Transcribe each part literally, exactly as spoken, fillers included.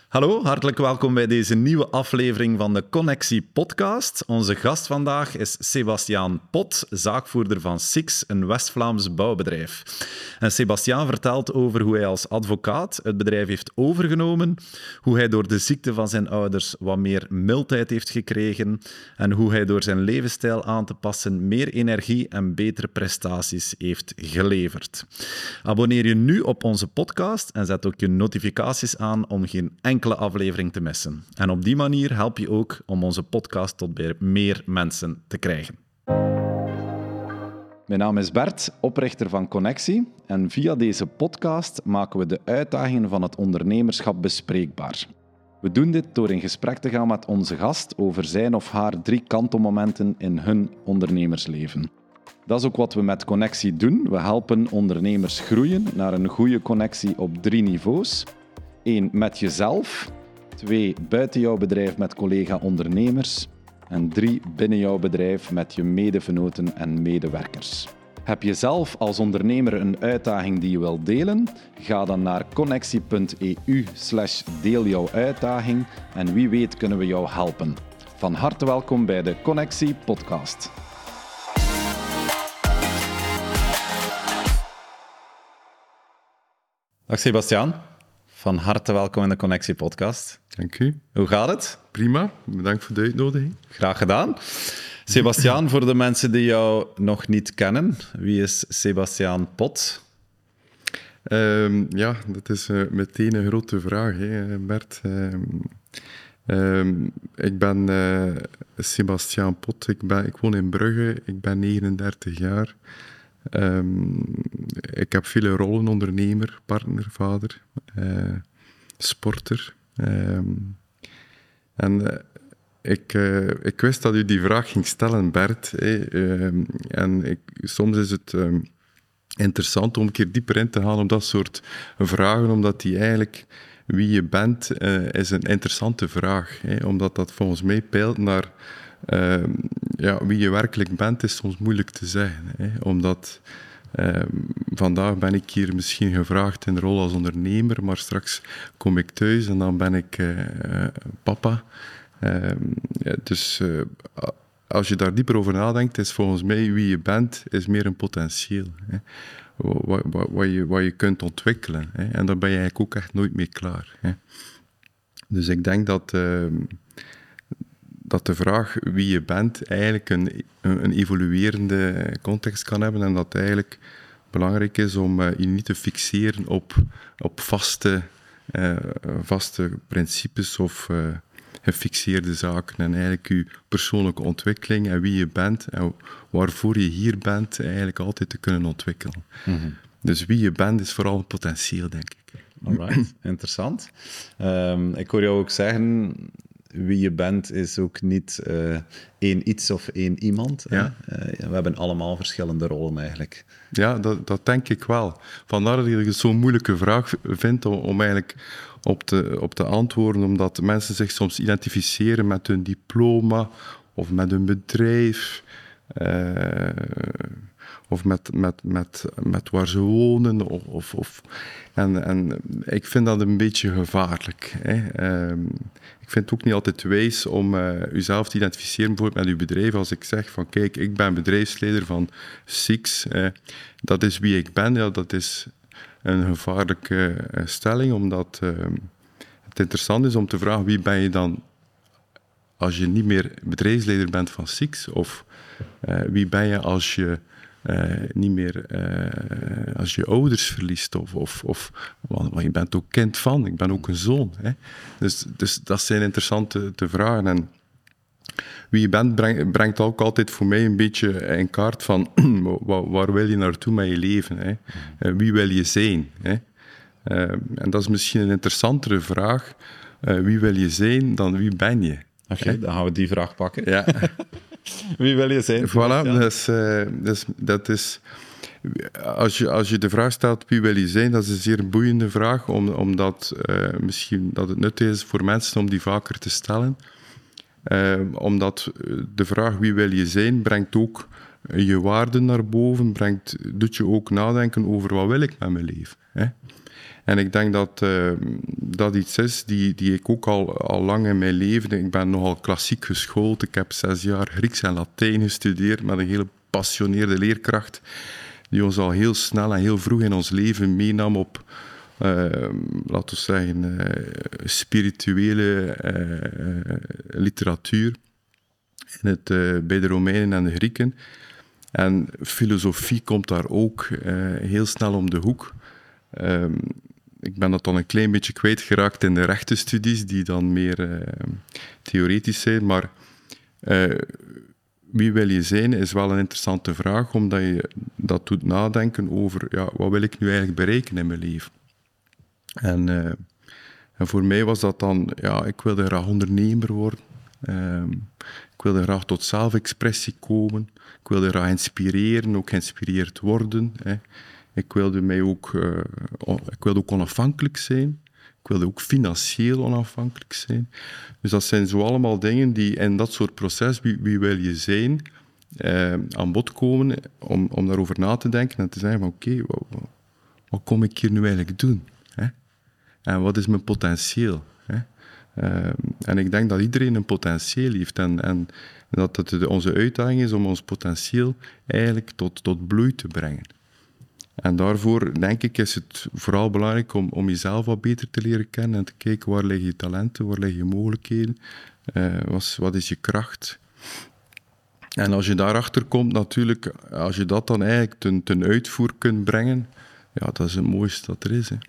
Hallo, hartelijk welkom bij deze nieuwe aflevering van de Connexie podcast. Onze gast vandaag is Sebastiaan Pot, zaakvoerder van Six, een West-Vlaams bouwbedrijf. En Sebastiaan vertelt over hoe hij als advocaat het bedrijf heeft overgenomen, hoe hij door de ziekte van zijn ouders wat meer mildheid heeft gekregen en hoe hij door zijn levensstijl aan te passen meer energie en betere prestaties heeft geleverd. Abonneer je nu op onze podcast en zet ook je notificaties aan om geen enkele aflevering te missen. En op die manier help je ook om onze podcast tot bij meer mensen te krijgen. Mijn naam is Bert, oprichter van Connexie. En via deze podcast maken we de uitdagingen van het ondernemerschap bespreekbaar. We doen dit door in gesprek te gaan met onze gast over zijn of haar drie kantelmomenten in hun ondernemersleven. Dat is ook wat we met Connexie doen. We helpen ondernemers groeien naar een goede connectie op drie niveaus. Eén, met jezelf. Twee, buiten jouw bedrijf met collega-ondernemers. En drie, binnen jouw bedrijf met je medevenoten en medewerkers. Heb je zelf als ondernemer een uitdaging die je wilt delen? Ga dan naar connexie punt e u slash deel jouw uitdaging en wie weet kunnen we jou helpen. Van harte welkom bij de Connexie podcast. Dag Sebastiaan. Van harte welkom in de Connexie podcast. Dank u. Hoe gaat het? Prima, bedankt voor de uitnodiging. Graag gedaan. Sebastiaan, voor de mensen die jou nog niet kennen, wie is Sebastiaan Pot? Um, ja, dat is uh, meteen een grote vraag, hè, Bert. Um, um, ik ben uh, Sebastiaan Pot, ik, ben, ik woon in Brugge, ik ben negenendertig jaar. Um, ik heb vele rollen, ondernemer, partner, vader, uh, sporter. Um, en uh, ik, uh, ik wist dat u die vraag ging stellen, Bert. Hey, um, en ik, soms is het um, interessant om een keer dieper in te gaan op dat soort vragen, omdat die eigenlijk, wie je bent, uh, is een interessante vraag. Hey, omdat dat volgens mij peilt naar... Uh, ja, wie je werkelijk bent, is soms moeilijk te zeggen. Hè? Omdat uh, vandaag ben ik hier misschien gevraagd in de rol als ondernemer, maar straks kom ik thuis en dan ben ik uh, papa. Uh, ja, dus uh, als je daar dieper over nadenkt, is volgens mij wie je bent, is meer een potentieel. Hè? Wat, wat, wat, je, wat je kunt ontwikkelen. Hè? En daar ben je eigenlijk ook echt nooit mee klaar. Hè? Dus ik denk dat... Uh, dat de vraag wie je bent eigenlijk een, een evoluerende context kan hebben en dat het eigenlijk belangrijk is om uh, je niet te fixeren op, op vaste, uh, vaste principes of uh, gefixeerde zaken en eigenlijk je persoonlijke ontwikkeling en wie je bent en waarvoor je hier bent eigenlijk altijd te kunnen ontwikkelen. Mm-hmm. Dus wie je bent is vooral een potentieel, denk ik. Alright, interessant. Um, ik hoor jou ook zeggen... Wie je bent is ook niet uh, één iets of één iemand. Ja. Uh, we hebben allemaal verschillende rollen eigenlijk. Ja, dat, dat denk ik wel. Vandaar dat ik het zo'n moeilijke vraag vind om, om eigenlijk op te, op te antwoorden, omdat mensen zich soms identificeren met hun diploma of met hun bedrijf. Uh, of met, met, met, met waar ze wonen. Of, of, en, en ik vind dat een beetje gevaarlijk. Hè. Uh, ik vind het ook niet altijd wijs om uh, uzelf te identificeren bijvoorbeeld met uw bedrijf. Als ik zeg van kijk, ik ben bedrijfsleider van Six. Uh, dat is wie ik ben. Ja, dat is een gevaarlijke uh, stelling, omdat uh, het interessant is om te vragen wie ben je dan als je niet meer bedrijfsleider bent van Six? Of uh, wie ben je als je Uh, niet meer uh, als je ouders verliest of, of, of want je bent ook kind van, ik ben ook een zoon. Hè? Dus, dus dat zijn interessante te vragen. En wie je bent breng, brengt ook altijd voor mij een beetje in kaart van waar, waar wil je naartoe met je leven? Hè? Uh, wie wil je zijn? Hè? Uh, en dat is misschien een interessantere vraag. Uh, wie wil je zijn dan wie ben je? Oké, okay, dan gaan we die vraag pakken. Ja. Wie wil je zijn? Voilà, dus, uh, dus, dat is... Als je, als je de vraag stelt, wie wil je zijn, dat is een zeer boeiende vraag, om, omdat uh, misschien dat het nuttig is voor mensen om die vaker te stellen. Uh, omdat de vraag wie wil je zijn, brengt ook je waarden naar boven, brengt, doet je ook nadenken over wat wil ik met mijn leven. Hè? En ik denk dat uh, dat iets is die, die ik ook al, al lang in mijn leven... Ik ben nogal klassiek geschoold. Ik heb zes jaar Grieks en Latijn gestudeerd met een hele passioneerde leerkracht die ons al heel snel en heel vroeg in ons leven meenam op, uh, laten we zeggen, uh, spirituele uh, literatuur in het, uh, bij de Romeinen en de Grieken. En filosofie komt daar ook uh, heel snel om de hoek. Um, ik ben dat dan een klein beetje kwijtgeraakt in de rechtenstudies, die dan meer uh, theoretisch zijn. Maar uh, wie wil je zijn, is wel een interessante vraag, omdat je dat doet nadenken over, ja, wat wil ik nu eigenlijk bereiken in mijn leven? En, uh, en voor mij was dat dan, ja, ik wilde graag ondernemer worden. Um, ik wilde graag tot zelfexpressie komen. Ik wilde graag inspireren, ook geïnspireerd worden. Hè. Ik wilde mij ook, uh, on, ik wilde ook onafhankelijk zijn. Ik wilde ook financieel onafhankelijk zijn. Dus dat zijn zo allemaal dingen die in dat soort proces, wie, wie wil je zijn, uh, aan bod komen om, om daarover na te denken en te zeggen van oké, okay, wat, wat, wat kom ik hier nu eigenlijk doen? Hè? En wat is mijn potentieel? Hè? Uh, en ik denk dat iedereen een potentieel heeft en, en dat het onze uitdaging is om ons potentieel eigenlijk tot, tot bloei te brengen. En daarvoor, denk ik, is het vooral belangrijk om, om jezelf wat beter te leren kennen en te kijken waar liggen je talenten, waar liggen je mogelijkheden, uh, wat, wat is je kracht. En als je daarachter komt, natuurlijk, als je dat dan eigenlijk ten, ten uitvoer kunt brengen, ja, dat is het mooiste dat er is. Hè.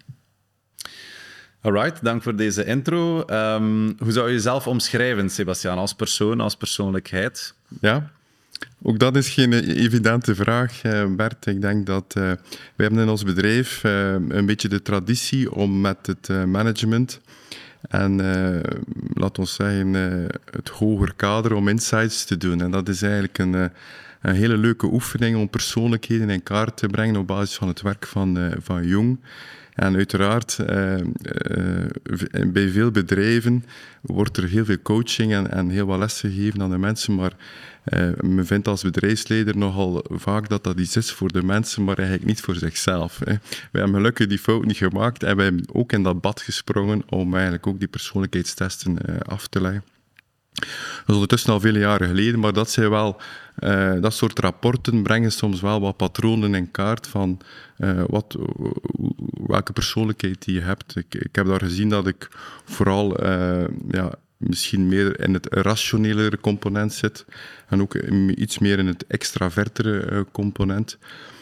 Alright, dank voor deze intro. Um, hoe zou je jezelf omschrijven, Sebastiaan, als persoon, als persoonlijkheid? Ja, ook dat is geen evidente vraag, Bert. Ik denk dat uh, we hebben in ons bedrijf uh, een beetje de traditie om met het uh, management en, uh, laten we zeggen, uh, het hoger kader om insights te doen. En dat is eigenlijk een, uh, een hele leuke oefening om persoonlijkheden in kaart te brengen op basis van het werk van, uh, van Jung. En uiteraard, uh, uh, bij veel bedrijven wordt er heel veel coaching en, en heel wat lessen gegeven aan de mensen, maar uh, men vindt als bedrijfsleider nogal vaak dat dat iets is voor de mensen, maar eigenlijk niet voor zichzelf. Hè. Wij hebben gelukkig die fout niet gemaakt en wij hebben ook in dat bad gesprongen om eigenlijk ook die persoonlijkheidstesten uh, af te leggen. Dat is ondertussen al vele jaren geleden, maar dat zijn wel, uh, dat soort rapporten brengen soms wel wat patronen in kaart van uh, wat, welke persoonlijkheid die je hebt. Ik, ik heb daar gezien dat ik vooral uh, ja, misschien meer in het rationelere component zit en ook iets meer in het extravertere uh, component.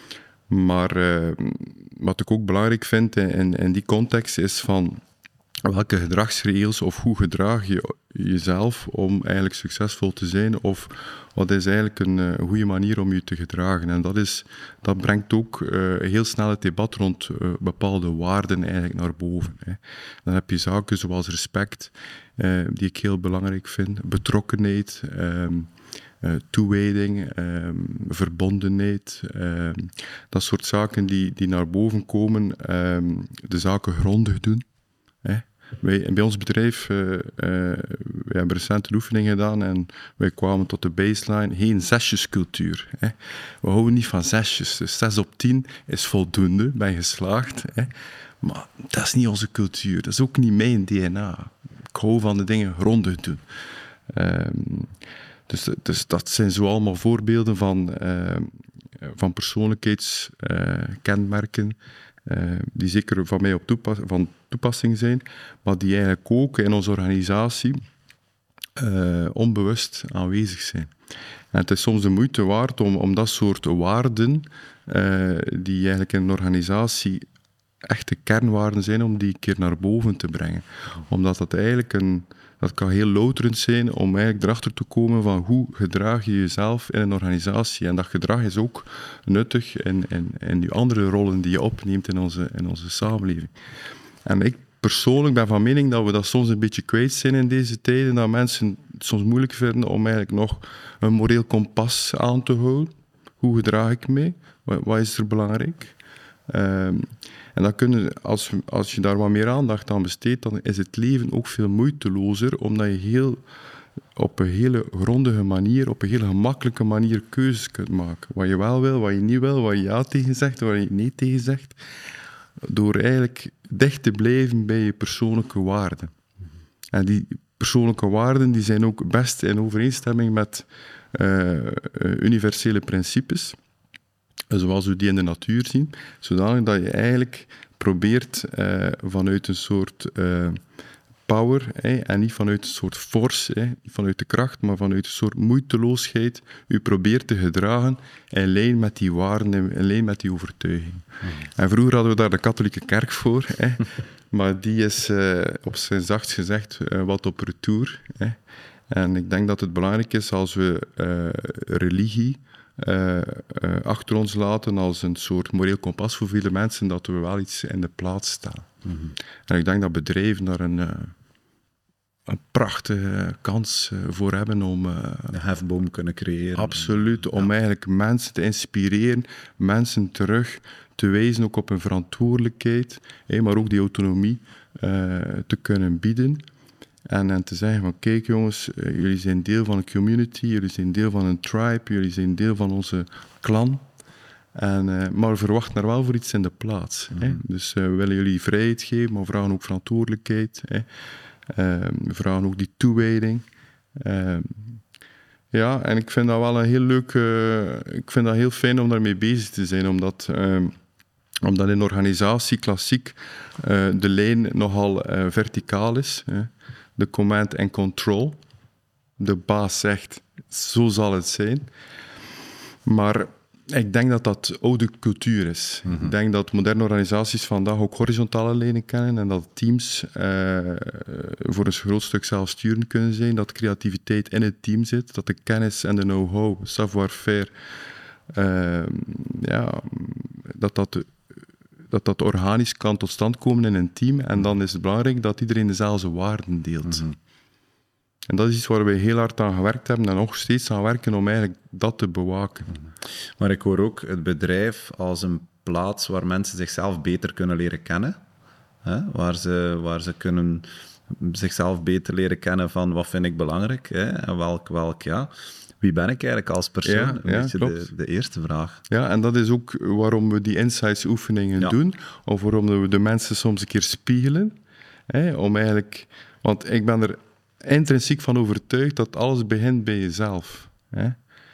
Maar uh, wat ik ook belangrijk vind in, in die context is van welke gedragsregels of hoe gedraag je jezelf om eigenlijk succesvol te zijn of wat is eigenlijk een, een goede manier om je te gedragen. En dat, is, dat brengt ook uh, heel snel het debat rond uh, bepaalde waarden eigenlijk naar boven. Hè. Dan heb je zaken zoals respect, uh, die ik heel belangrijk vind, betrokkenheid, um, uh, toewijding, um, verbondenheid, um, dat soort zaken die, die naar boven komen, um, de zaken grondig doen. Hè. Wij, bij ons bedrijf, uh, uh, wij hebben recent een oefening gedaan en wij kwamen tot de baseline, geen zesjescultuur. Hè. We houden niet van zesjes, dus zes op tien is voldoende, ben geslaagd. Hè. Maar dat is niet onze cultuur, dat is ook niet mijn D N A. Ik hou van de dingen grondig doen. Um, dus, dus dat zijn zo allemaal voorbeelden van, uh, van persoonlijkheidskenmerken, uh, Uh, die zeker van mij op toepas- van toepassing zijn, maar die eigenlijk ook in onze organisatie uh, onbewust aanwezig zijn. En het is soms de moeite waard om, om dat soort waarden, uh, die eigenlijk in een organisatie echte kernwaarden zijn, om die een keer naar boven te brengen. Omdat dat eigenlijk een... Dat kan heel louterend zijn om eigenlijk erachter te komen van hoe gedraag je jezelf in een organisatie. En dat gedrag is ook nuttig in, in, in die andere rollen die je opneemt in onze, in onze samenleving. En ik persoonlijk ben van mening dat we dat soms een beetje kwijt zijn in deze tijden, dat mensen het soms moeilijk vinden om eigenlijk nog een moreel kompas aan te houden. Hoe gedraag ik mee? Wat, wat is er belangrijk? Um, En dan kunnen, als, als je daar wat meer aandacht aan besteedt, dan is het leven ook veel moeitelozer, omdat je heel, op een hele grondige manier, op een hele gemakkelijke manier keuzes kunt maken. Wat je wel wil, wat je niet wil, wat je ja tegen zegt, wat je nee tegen zegt. Door eigenlijk dicht te blijven bij je persoonlijke waarden. En die persoonlijke waarden die zijn ook best in overeenstemming met uh, universele principes, zoals we die in de natuur zien, zodanig dat je eigenlijk probeert uh, vanuit een soort uh, power, hè, en niet vanuit een soort force, hè, niet vanuit de kracht, maar vanuit een soort moeiteloosheid, je probeert te gedragen in lijn met die waarden, in lijn met die overtuiging. Mm. En vroeger hadden we daar de katholieke kerk voor, hè, maar die is uh, op zijn zachtst gezegd uh, wat op retour. Hè. En ik denk dat het belangrijk is als we uh, religie Uh, uh, achter ons laten als een soort moreel kompas voor vele mensen, dat we wel iets in de plaats staan. Mm-hmm. En ik denk dat bedrijven daar een, uh, een prachtige kans uh, voor hebben om... Uh, een hefboom kunnen creëren. Absoluut, om ja. eigenlijk mensen te inspireren, mensen terug te wijzen ook op hun verantwoordelijkheid, hey, maar ook die autonomie uh, te kunnen bieden. En, en te zeggen van, kijk jongens, uh, jullie zijn deel van een community, jullie zijn deel van een tribe, jullie zijn deel van onze clan. En, uh, maar we verwachten er wel voor iets in de plaats. Mm-hmm. Hè? Dus uh, we willen jullie vrijheid geven, maar we vragen ook verantwoordelijkheid. Hè? Uh, we vragen ook die toewijding. Uh, ja, en ik vind dat wel een heel leuk... Uh, ik vind dat heel fijn om daarmee bezig te zijn, omdat... Uh, omdat in organisatie klassiek uh, de lijn nogal uh, verticaal is. Hè? De command and control. De baas zegt, zo zal het zijn. Maar ik denk dat dat oude cultuur is. Mm-hmm. Ik denk dat moderne organisaties vandaag ook horizontale lijnen kennen en dat teams uh, voor een groot stuk zelfsturend kunnen zijn, dat creativiteit in het team zit, dat de kennis en de know-how, savoir-faire, uh, ja, dat dat... De, dat dat organisch kan tot stand komen in een team. En dan is het belangrijk dat iedereen dezelfde waarden deelt. Mm-hmm. En dat is iets waar we heel hard aan gewerkt hebben en nog steeds aan werken om eigenlijk dat te bewaken. Mm-hmm. Maar ik hoor ook het bedrijf als een plaats waar mensen zichzelf beter kunnen leren kennen. Hè? Waar ze, waar ze kunnen zichzelf beter leren kennen van wat vind ik belangrijk, hè? En welk, welk, ja... Wie ben ik eigenlijk als persoon? Ja, een ja, beetje klopt. de, de eerste vraag. Ja, en dat is ook waarom we die insights-oefeningen ja. doen, of waarom we de mensen soms een keer spiegelen. Hè, om eigenlijk, want ik ben er intrinsiek van overtuigd dat alles begint bij jezelf. Hè.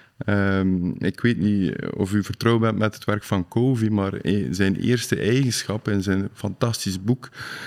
Um, ik weet niet of u vertrouwd bent met het werk van Covey, maar zijn eerste eigenschap in zijn fantastisch boek...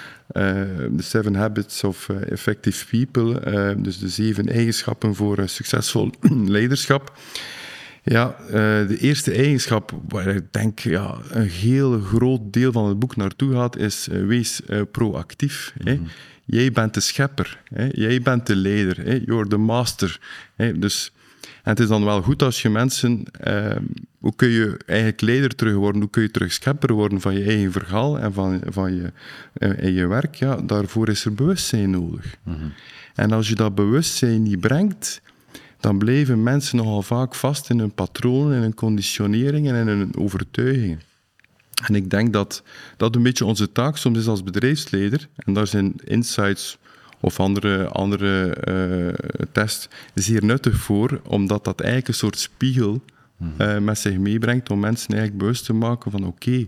The uh, Seven Habits of uh, Effective People, uh, dus de zeven eigenschappen voor uh, succesvol leiderschap. Ja, uh, de eerste eigenschap waar ik denk ja, een heel groot deel van het boek naartoe gaat, is uh, wees uh, proactief. Mm-hmm. Hè. Jij bent de schepper, hè. Jij bent de leider, hè. You're the master. Hè. Dus, en het is dan wel goed als je mensen... Uh, hoe kun je eigenlijk leider terug worden? Hoe kun je terug schepper worden van je eigen verhaal en van, van je, uh, je werk? Ja, daarvoor is er bewustzijn nodig. Mm-hmm. En als je dat bewustzijn niet brengt, dan blijven mensen nogal vaak vast in hun patronen, in hun conditioneringen en in hun overtuigingen. En ik denk dat dat een beetje onze taak soms is als bedrijfsleider. En daar zijn insights... of andere, andere uh, tests, zeer nuttig voor, omdat dat eigenlijk een soort spiegel uh, met zich meebrengt om mensen eigenlijk bewust te maken van oké, okay,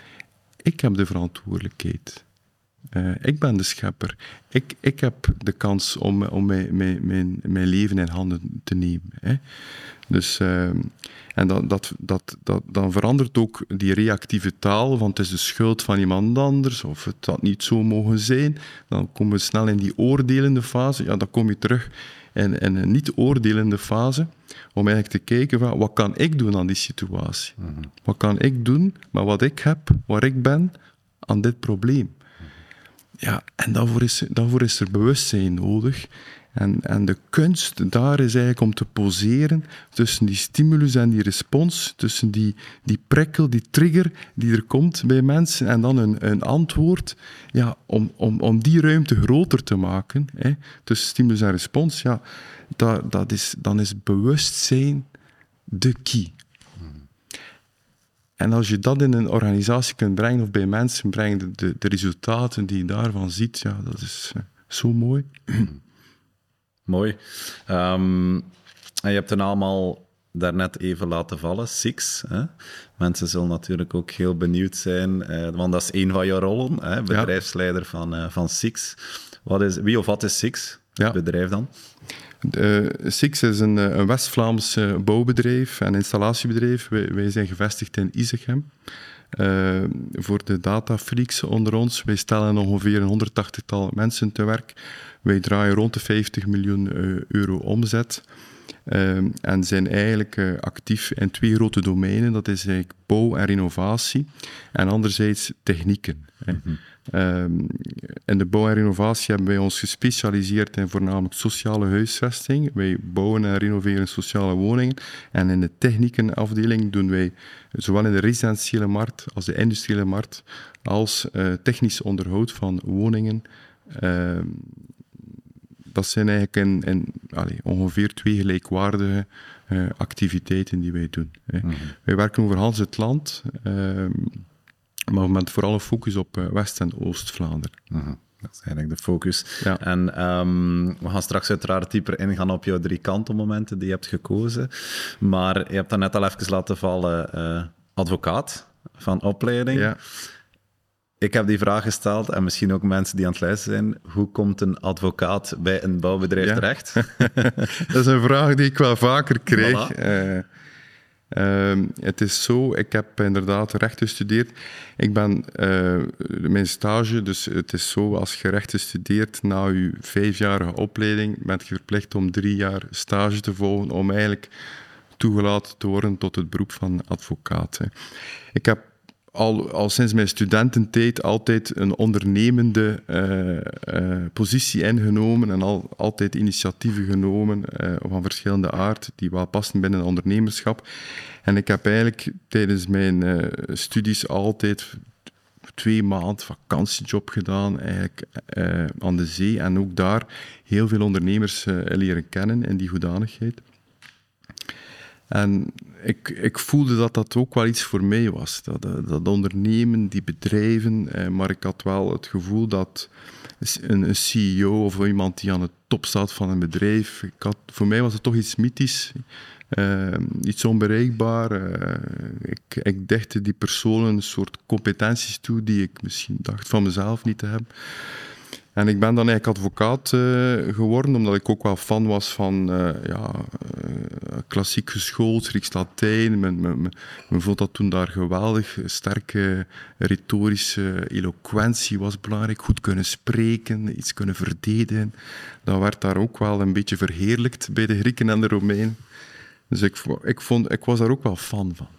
ik heb de verantwoordelijkheid. Uh, ik ben de schepper. Ik, ik heb de kans om, om mijn, mijn, mijn, mijn leven in handen te nemen. Hè. Dus, uh, en dat, dat, dat, dat, dan verandert ook die reactieve taal, want het is de schuld van iemand anders, of het had niet zo mogen zijn. Dan komen we snel in die oordelende fase. Ja, dan kom je terug in, in een niet-oordelende fase, om eigenlijk te kijken van, wat kan ik doen aan die situatie? Mm-hmm. Wat kan ik doen met wat ik heb, waar ik ben, aan dit probleem? Ja, en daarvoor is, daarvoor is er bewustzijn nodig. En, en de kunst daar is eigenlijk om te poseren tussen die stimulus en die respons, tussen die, die prikkel, die trigger die er komt bij mensen en dan een, een antwoord, ja, om, om, om die ruimte groter te maken, hè, tussen stimulus en respons, ja, dat, dat is, dan is bewustzijn de key. En als je dat in een organisatie kunt brengen of bij mensen brengen, de, de, de resultaten die je daarvan ziet, ja, dat is uh, zo mooi. Mooi. Um, en je hebt een allemaal daarnet even laten vallen, Six. Hè? Mensen zullen natuurlijk ook heel benieuwd zijn, eh, want dat is een van jouw rollen, hè? Bedrijfsleider ja. van, uh, van Six. Wat is, wie of wat is Six, het ja. bedrijf dan? Uh, Six is een, een West-Vlaams uh, bouwbedrijf en installatiebedrijf. Wij, wij zijn gevestigd in Isegem. Uh, voor de datafreaks onder ons. Wij stellen ongeveer een honderdtachtigtal mensen te werk. Wij draaien rond de vijftig miljoen uh, euro omzet. Uh, en zijn eigenlijk uh, actief in twee grote domeinen. Dat is eigenlijk bouw en renovatie. En anderzijds technieken. Mm-hmm. Um, in de bouw en renovatie hebben wij ons gespecialiseerd in voornamelijk sociale huisvesting. Wij bouwen en renoveren sociale woningen. En in de techniekenafdeling doen wij zowel in de residentiële markt als de industriële markt als uh, technisch onderhoud van woningen. Uh, dat zijn eigenlijk in, in, allez, ongeveer twee gelijkwaardige uh, activiteiten die wij doen. Mm-hmm. Wij werken over Hans het land. Uh, Maar met vooral een focus op uh, West- en Oost-Vlaanderen. Uh-huh. Dat is eigenlijk de focus. Ja. En um, we gaan straks uiteraard dieper ingaan op jouw drie kantelmomenten die je hebt gekozen. Maar je hebt dat net al even laten vallen, uh, advocaat van opleiding. Ja. Ik heb die vraag gesteld, en misschien ook mensen die aan het luisteren zijn. Hoe komt een advocaat bij een bouwbedrijf ja. terecht? Dat is een vraag die ik wel vaker kreeg. Voilà. Uh, Uh, het is zo, ik heb inderdaad recht gestudeerd. Ik ben uh, mijn stage, dus het is zo, als je rechten studeert, na je vijfjarige opleiding, bent je verplicht om drie jaar stage te volgen, om eigenlijk toegelaten te worden tot het beroep van advocaat. Hè. Ik heb al, al sinds mijn studententijd altijd een ondernemende uh, uh, positie ingenomen en al, altijd initiatieven genomen uh, van verschillende aard, die wel passen binnen het ondernemerschap. En ik heb eigenlijk tijdens mijn uh, studies altijd twee maanden vakantiejob gedaan, eigenlijk uh, aan de zee. En ook daar heel veel ondernemers uh, leren kennen in die hoedanigheid. En ik, ik voelde dat dat ook wel iets voor mij was. Dat, dat ondernemen, die bedrijven. Eh, maar ik had wel het gevoel dat een, een C E O of iemand die aan de top staat van een bedrijf... Ik had, voor mij was het toch iets mythisch. Uh, iets onbereikbaar. Uh, ik, ik dichtte die personen een soort competenties toe die ik misschien dacht van mezelf niet te hebben. En ik ben dan eigenlijk advocaat uh, geworden, omdat ik ook wel fan was van uh, ja, uh, klassiek geschoold, Grieks-Latijn. Men, men, men, men vond dat toen daar geweldig. Sterke retorische eloquentie was belangrijk. Goed kunnen spreken, iets kunnen verdedigen. Dat werd daar ook wel een beetje verheerlijkt bij de Grieken en de Romeinen. Dus ik, ik, vond, ik was daar ook wel fan van.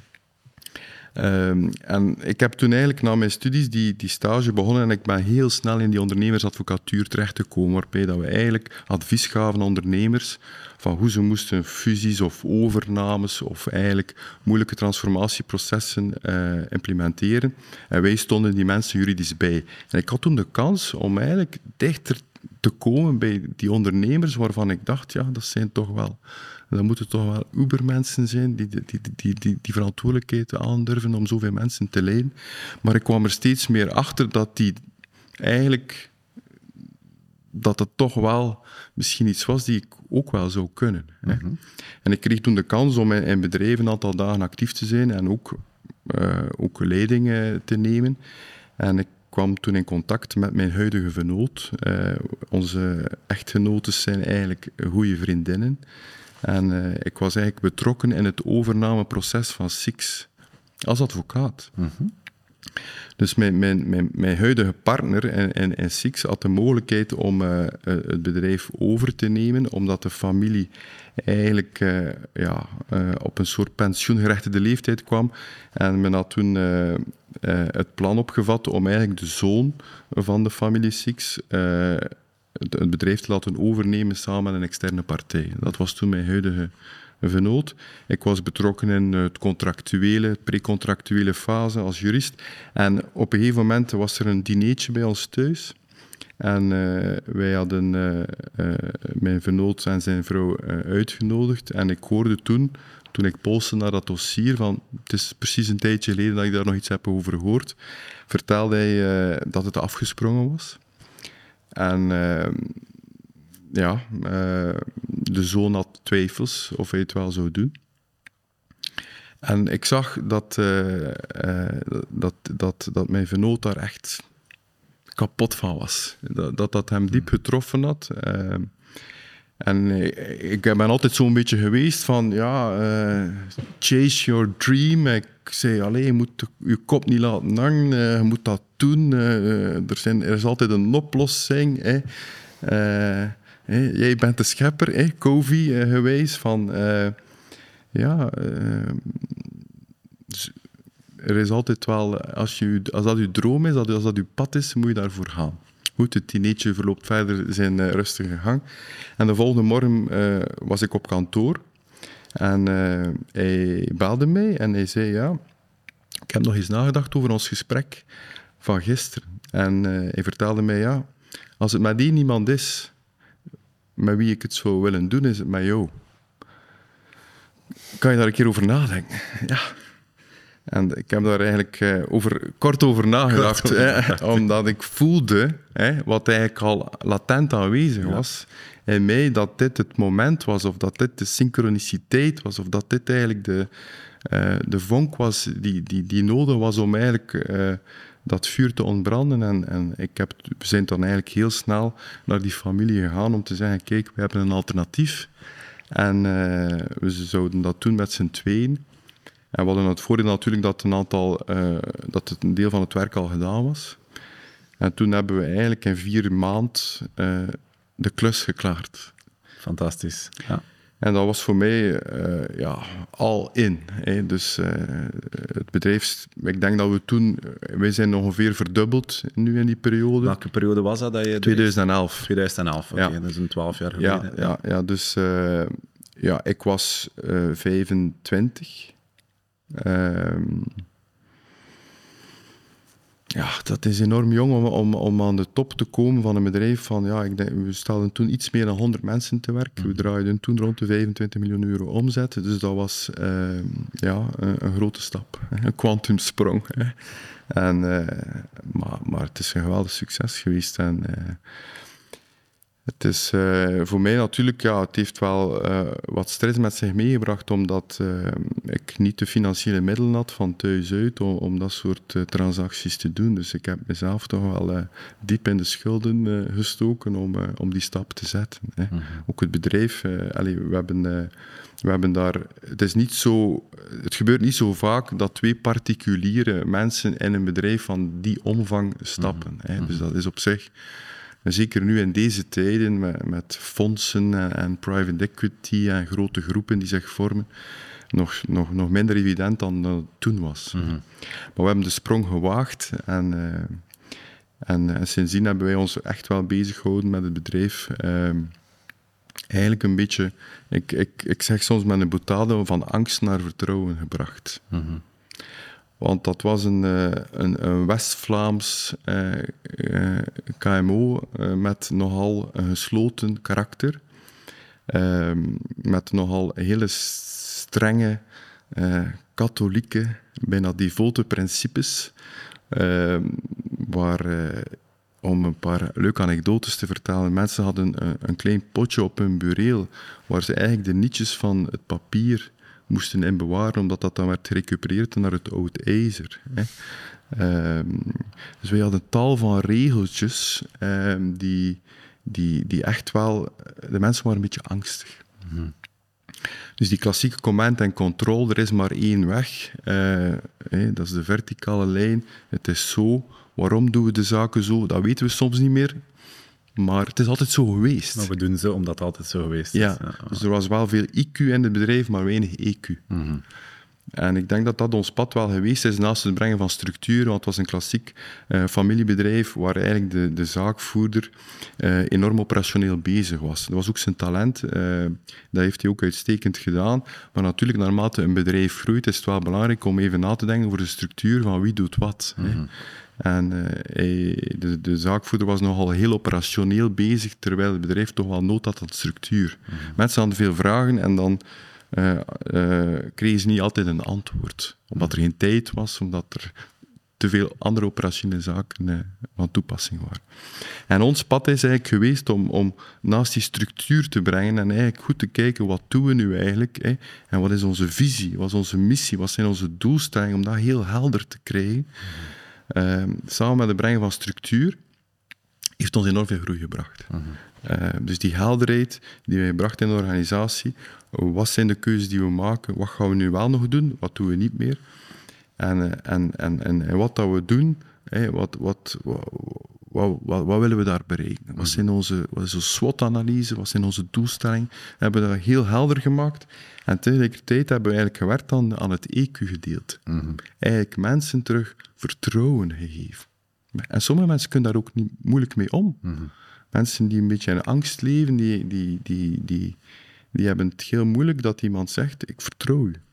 Um, en ik heb toen eigenlijk na mijn studies die, die stage begonnen en ik ben heel snel in die ondernemersadvocatuur terechtgekomen, waarbij dat we eigenlijk advies gaven aan ondernemers van hoe ze moesten fusies of overnames of eigenlijk moeilijke transformatieprocessen uh, implementeren. En wij stonden die mensen juridisch bij. En ik had toen de kans om eigenlijk dichter te komen bij die ondernemers waarvan ik dacht, ja, dat zijn toch wel... Dat moeten toch wel ubermensen zijn die die, die, die, die die verantwoordelijkheid aandurven om zoveel mensen te leiden. Maar ik kwam er steeds meer achter dat die eigenlijk... dat het toch wel misschien iets was die ik ook wel zou kunnen. Hè. Mm-hmm. En ik kreeg toen de kans om in, in bedrijven een aantal dagen actief te zijn en ook, uh, ook leiding uh, te nemen. En ik kwam toen in contact met mijn huidige vernoot. Uh, onze echtgenoten zijn eigenlijk goede vriendinnen. En uh, ik was eigenlijk betrokken in het overnameproces van Six als advocaat. Mm-hmm. Dus mijn, mijn, mijn, mijn huidige partner in, in, in Six had de mogelijkheid om uh, het bedrijf over te nemen, omdat de familie eigenlijk uh, ja, uh, op een soort pensioengerechtigde leeftijd kwam. En men had toen uh, uh, het plan opgevat om eigenlijk de zoon van de familie Six... Uh, het bedrijf te laten overnemen samen met een externe partij. Dat was toen mijn huidige vernoot. Ik was betrokken in het contractuele, het precontractuele fase als jurist. En op een gegeven moment was er een dinertje bij ons thuis. En uh, wij hadden uh, uh, mijn vernoot en zijn vrouw uh, uitgenodigd. En ik hoorde toen, toen ik polste naar dat dossier, van het is precies een tijdje geleden dat ik daar nog iets heb over gehoord, vertelde hij uh, dat het afgesprongen was. En uh, ja, uh, de zoon had twijfels of hij het wel zou doen. En ik zag dat, uh, uh, dat, dat, dat mijn vernoot daar echt kapot van was. Dat dat, dat hem diep getroffen had. Uh, en ik ben altijd zo'n beetje geweest van, ja, uh, chase your dream. Ik zei, allee, je moet je kop niet laten hangen, uh, je moet dat doen. Uh, er, zijn, er is altijd een oplossing. Hè. Uh, hè, jij bent de schepper, hè, Covey, uh, geweest van... Uh, ja... Uh, er is altijd wel... Als, je, als dat je droom is, als dat je pad is, moet je daarvoor gaan. Goed, het dinertje verloopt verder zijn uh, rustige gang. En de volgende morgen uh, was ik op kantoor. En uh, hij belde mij en hij zei, ja, ik heb nog eens nagedacht over ons gesprek van gisteren. En uh, hij vertelde mij, ja, als het met één iemand is, met wie ik het zou willen doen, is het met jou. Kan je daar een keer over nadenken? Ja. En ik heb daar eigenlijk uh, over, kort over nagedacht, kort over nagedacht. Hè, omdat ik voelde, hè, wat eigenlijk al latent aanwezig was, ja. in mij, dat dit het moment was, of dat dit de synchroniciteit was, of dat dit eigenlijk de, uh, de vonk was die, die, die nodig was om eigenlijk uh, dat vuur te ontbranden. En, en ik heb, we zijn dan eigenlijk heel snel naar die familie gegaan om te zeggen, kijk, we hebben een alternatief. En uh, we zouden dat doen met z'n tweeën. En we hadden het voordeel natuurlijk dat, een aantal, uh, dat het een deel van het werk al gedaan was. En toen hebben we eigenlijk in vier maanden uh, de klus geklaard. Fantastisch. Ja. En dat was voor mij uh, ja, al in. Hè. Dus uh, het bedrijf, ik denk dat we toen, wij zijn ongeveer verdubbeld nu in die periode. Welke periode was dat? dat je tweeduizend elf. tweeduizend elf, oké, okay, ja. dat is een twaalf jaar geleden. Ja, ja, ja dus uh, ja, ik was uh, vijfentwintig. Um, ja, dat is enorm jong om, om, om aan de top te komen van een bedrijf van, ja, ik denk, we stelden toen iets meer dan honderd mensen te werk. Mm. We draaiden toen rond de vijfentwintig miljoen euro omzet, dus dat was uh, ja, een, een grote stap, een kwantumsprong. En, uh, maar, maar het is een geweldig succes geweest en uh, het is uh, voor mij natuurlijk, ja, het heeft wel uh, wat stress met zich meegebracht, omdat uh, ik niet de financiële middelen had van thuis uit om, om dat soort uh, transacties te doen. Dus ik heb mezelf toch wel uh, diep in de schulden uh, gestoken om, uh, om die stap te zetten. Hè. Mm-hmm. Ook het bedrijf, uh, allez, we, hebben, uh, we hebben daar... Het is niet zo... Het gebeurt niet zo vaak dat twee particuliere mensen in een bedrijf van die omvang stappen. Mm-hmm. Hè. Dus dat is op zich... Zeker nu in deze tijden met, met fondsen en, en private equity en grote groepen die zich vormen, nog, nog, nog minder evident dan dat het toen was. Mm-hmm. Maar we hebben de sprong gewaagd en, uh, en, en sindsdien hebben wij ons echt wel bezig gehouden met het bedrijf. Uh, eigenlijk een beetje, ik, ik, ik zeg soms met een boutade, van angst naar vertrouwen gebracht. Mm-hmm. Want dat was een, een, een West-Vlaams uh, uh, K M O uh, met nogal een gesloten karakter. Uh, met nogal hele strenge, uh, katholieke, bijna devote principes. Uh, waar, uh, om een paar leuke anekdotes te vertellen, mensen hadden een, een klein potje op hun bureel waar ze eigenlijk de nietjes van het papier moesten in bewaren, omdat dat dan werd gerecupereerd naar het oud ijzer. Hè. Um, dus wij hadden tal van regeltjes um, die, die, die echt wel... De mensen waren een beetje angstig. Mm-hmm. Dus die klassieke command en control, er is maar één weg. Uh, hè, dat is de verticale lijn. Het is zo. Waarom doen we de zaken zo? Dat weten we soms niet meer. Maar het is altijd zo geweest. Maar we doen ze omdat het altijd zo geweest is. Ja, ja. Dus er was wel veel I Q in het bedrijf, maar weinig E Q. Mm-hmm. En ik denk dat dat ons pad wel geweest is naast het brengen van structuur, want het was een klassiek uh, familiebedrijf waar eigenlijk de, de zaakvoerder uh, enorm operationeel bezig was. Dat was ook zijn talent, uh, dat heeft hij ook uitstekend gedaan. Maar natuurlijk, naarmate een bedrijf groeit, is het wel belangrijk om even na te denken over de structuur van wie doet wat. Mm-hmm. Hè. En uh, hij, de, de zaakvoerder was nogal heel operationeel bezig, terwijl het bedrijf toch wel nood had aan structuur. Mm-hmm. Mensen hadden veel vragen en dan uh, uh, kregen ze niet altijd een antwoord. Omdat er geen tijd was, omdat er te veel andere operationele zaken uh, van toepassing waren. En ons pad is eigenlijk geweest om, om naast die structuur te brengen en eigenlijk goed te kijken, wat doen we nu eigenlijk? Hè? En wat is onze visie? Wat is onze missie? Wat zijn onze doelstellingen? Om dat heel helder te krijgen. Uh, samen met het brengen van structuur heeft ons enorm veel groei gebracht. Mm-hmm. Uh, dus die helderheid die wij brachten in de organisatie, wat zijn de keuzes die we maken, wat gaan we nu wel nog doen, wat doen we niet meer, en, uh, en, en, en, en wat dat we doen, hey, wat, wat, wat, wat, wat, wat willen we daar bereiken? Wat, zijn onze, wat is onze SWOT-analyse, wat zijn onze doelstellingen? We hebben dat heel helder gemaakt en tegelijkertijd hebben we eigenlijk gewerkt aan, aan het E Q-gedeelte. Mm-hmm. Eigenlijk mensen terug vertrouwen gegeven. En sommige mensen kunnen daar ook niet moeilijk mee om. Mm-hmm. Mensen die een beetje in angst leven, die, die, die, die, die hebben het heel moeilijk dat iemand zegt, ik vertrouw u.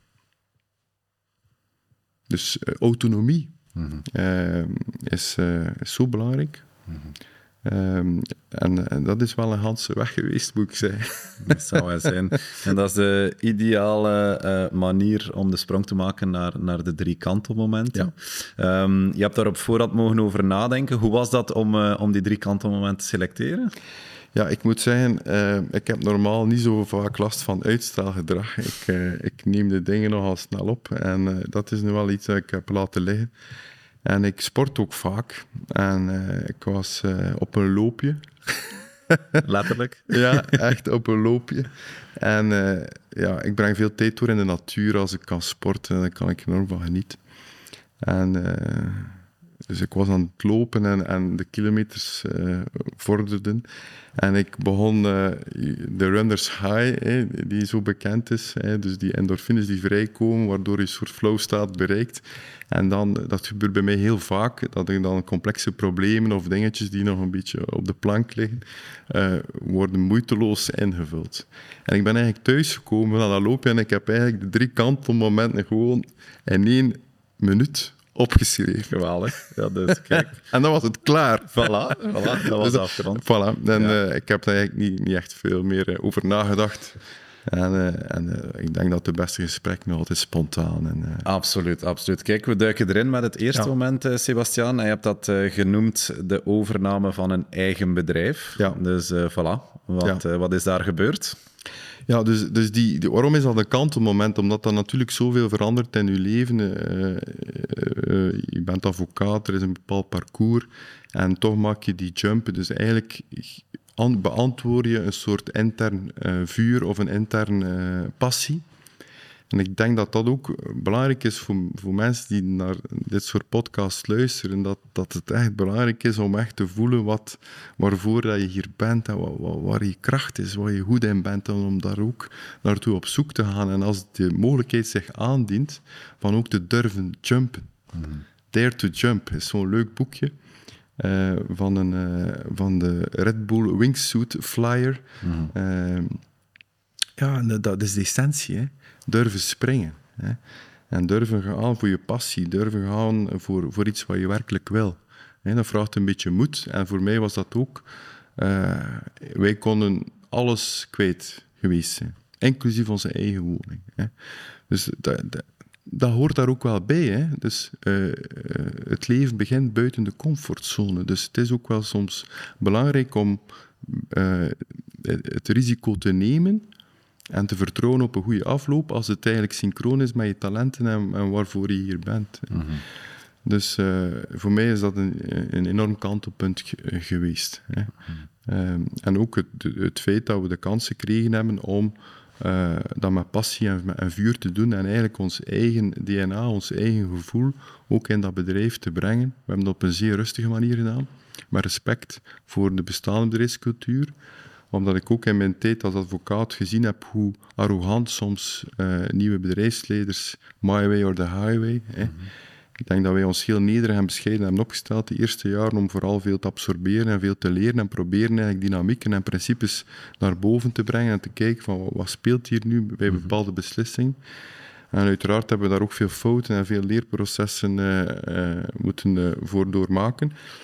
Dus uh, autonomie mm-hmm. uh, is, uh, is zo belangrijk. Mm-hmm. Um, en, en dat is wel een ganse weg geweest, moet ik zeggen. Dat zou wel zijn. En dat is de ideale uh, manier om de sprong te maken naar, naar de drie kantelmomenten. Ja. Um, je hebt daar op voorhand mogen over nadenken. Hoe was dat om, uh, om die drie kantelmomenten te selecteren? Ja, ik moet zeggen, uh, ik heb normaal niet zo vaak last van uitstelgedrag. Ik, uh, ik neem de dingen nogal snel op. En uh, dat is nu wel iets dat ik heb laten liggen. En ik sport ook vaak. En uh, ik was uh, op een loopje. Letterlijk? Ja, echt op een loopje. En uh, ja, ik breng veel tijd door in de natuur als ik kan sporten. En daar kan ik enorm van genieten. En uh, dus ik was aan het lopen en, en de kilometers uh, vorderden. En ik begon uh, de runner's high, hè, die zo bekend is. Hè, dus die endorfines die vrijkomen, waardoor je een soort flow staat bereikt. En dan, dat gebeurt bij mij heel vaak, dat ik dan complexe problemen of dingetjes die nog een beetje op de plank liggen, uh, worden moeiteloos ingevuld. En ik ben eigenlijk thuisgekomen aan dat loopje en ik heb eigenlijk de drie kantelmomenten gewoon in één minuut opgeschreven. Geweldig. Ja, dus kijk. En dan was het klaar. Voilà, voilà, dat was dus, afgerond. Voilà. En ja. uh, ik heb daar eigenlijk niet, niet echt veel meer uh, over nagedacht. En, uh, en uh, ik denk dat de beste gesprekken nog altijd spontaan. En, uh... Absoluut, absoluut. Kijk, we duiken erin met het eerste ja. moment, uh, Sebastiaan. En je hebt dat uh, genoemd, de overname van een eigen bedrijf. Ja. Dus uh, voilà, wat, ja. uh, wat is daar gebeurd? Ja, dus, dus die, die, waarom is dat een kantelmoment? Omdat dat natuurlijk zoveel verandert in je leven. Uh, uh, uh, je bent advocaat, er is een bepaald parcours en toch maak je die jump. Dus eigenlijk beantwoord je een soort intern uh, vuur of een intern uh, passie. En ik denk dat dat ook belangrijk is voor, voor mensen die naar dit soort podcasts luisteren, dat, dat het echt belangrijk is om echt te voelen wat, waarvoor dat je hier bent en wat, wat, waar je kracht is, waar je goed in bent en om daar ook naartoe op zoek te gaan. En als de mogelijkheid zich aandient, van ook te durven jumpen. Mm-hmm. Dare to Jump is zo'n leuk boekje. Uh, van, een, uh, van de Red Bull Wingsuit Flyer. Mm-hmm. Uh, ja, dat is de essentie, hè. Durven springen. Hè. En durven gaan voor je passie. Durven gaan voor, voor iets wat je werkelijk wil. Hè, dat vraagt een beetje moed. En voor mij was dat ook... Uh, wij konden alles kwijt geweest zijn. Inclusief onze eigen woning. Hè. Dus dat, dat, dat hoort daar ook wel bij. Hè. Dus uh, uh, het leven begint buiten de comfortzone. Dus het is ook wel soms belangrijk om uh, het risico te nemen en te vertrouwen op een goede afloop als het eigenlijk synchroon is met je talenten en, en waarvoor je hier bent. Mm-hmm. Dus uh, voor mij is dat een, een enorm kantelpunt g- geweest. Hè. Mm-hmm. Um, en ook het, het feit dat we de kans gekregen hebben om uh, dat met passie en met en vuur te doen en eigenlijk ons eigen D N A, ons eigen gevoel ook in dat bedrijf te brengen. We hebben dat op een zeer rustige manier gedaan, met respect voor de bestaande bedrijfscultuur. Omdat ik ook in mijn tijd als advocaat gezien heb hoe arrogant soms uh, nieuwe bedrijfsleiders, my way or the highway. Hè. Mm-hmm. Ik denk dat wij ons heel nederig en bescheiden hebben opgesteld de eerste jaren om vooral veel te absorberen en veel te leren en proberen eigenlijk dynamieken en principes naar boven te brengen en te kijken van wat speelt hier nu bij bepaalde beslissingen. En uiteraard hebben we daar ook veel fouten en veel leerprocessen uh, uh, moeten uh, voor doormaken.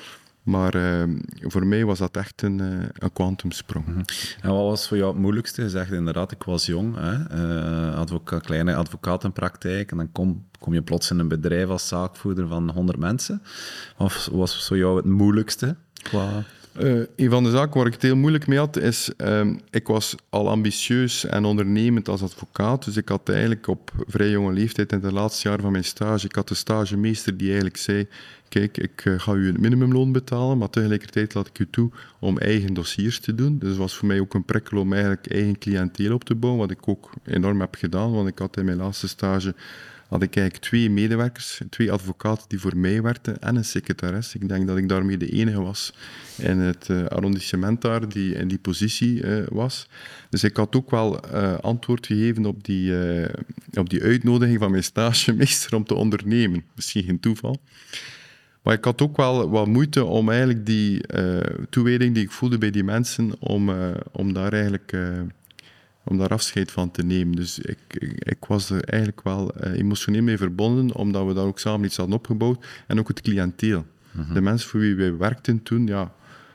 Maar uh, voor mij was dat echt een, uh, een kwantumsprong. Mm-hmm. En wat was voor jou het moeilijkste? Je zegt inderdaad, ik was jong, hè? Uh, advoca- kleine advocatenpraktijk, en dan kom, kom je plots in een bedrijf als zaakvoerder van honderd mensen. Wat was voor jou het moeilijkste? Qua... Uh, een van de zaken waar ik het heel moeilijk mee had, is... Um, ik was al ambitieus en ondernemend als advocaat, dus ik had eigenlijk op vrij jonge leeftijd, in het laatste jaar van mijn stage, ik had de stagemeester die eigenlijk zei, kijk, ik uh, ga u het minimumloon betalen, maar tegelijkertijd laat ik u toe om eigen dossiers te doen. Dus het was voor mij ook een prikkel om eigenlijk eigen cliënteel op te bouwen, wat ik ook enorm heb gedaan, want ik had in mijn laatste stage... had ik eigenlijk twee medewerkers, twee advocaten die voor mij werkten en een secretaris. Ik denk dat ik daarmee de enige was in het uh, arrondissement daar die in die positie uh, was. Dus ik had ook wel uh, antwoord gegeven op die, uh, op die uitnodiging van mijn stagemeester om te ondernemen. Misschien geen toeval. Maar ik had ook wel wat moeite om eigenlijk die uh, toewijding die ik voelde bij die mensen, om, uh, om daar eigenlijk... Uh, om daar afscheid van te nemen. Dus ik, ik, ik was er eigenlijk wel uh, emotioneel mee verbonden, omdat we daar ook samen iets hadden opgebouwd. En ook het cliënteel. Mm-hmm. De mensen voor wie wij werkten toen, ja,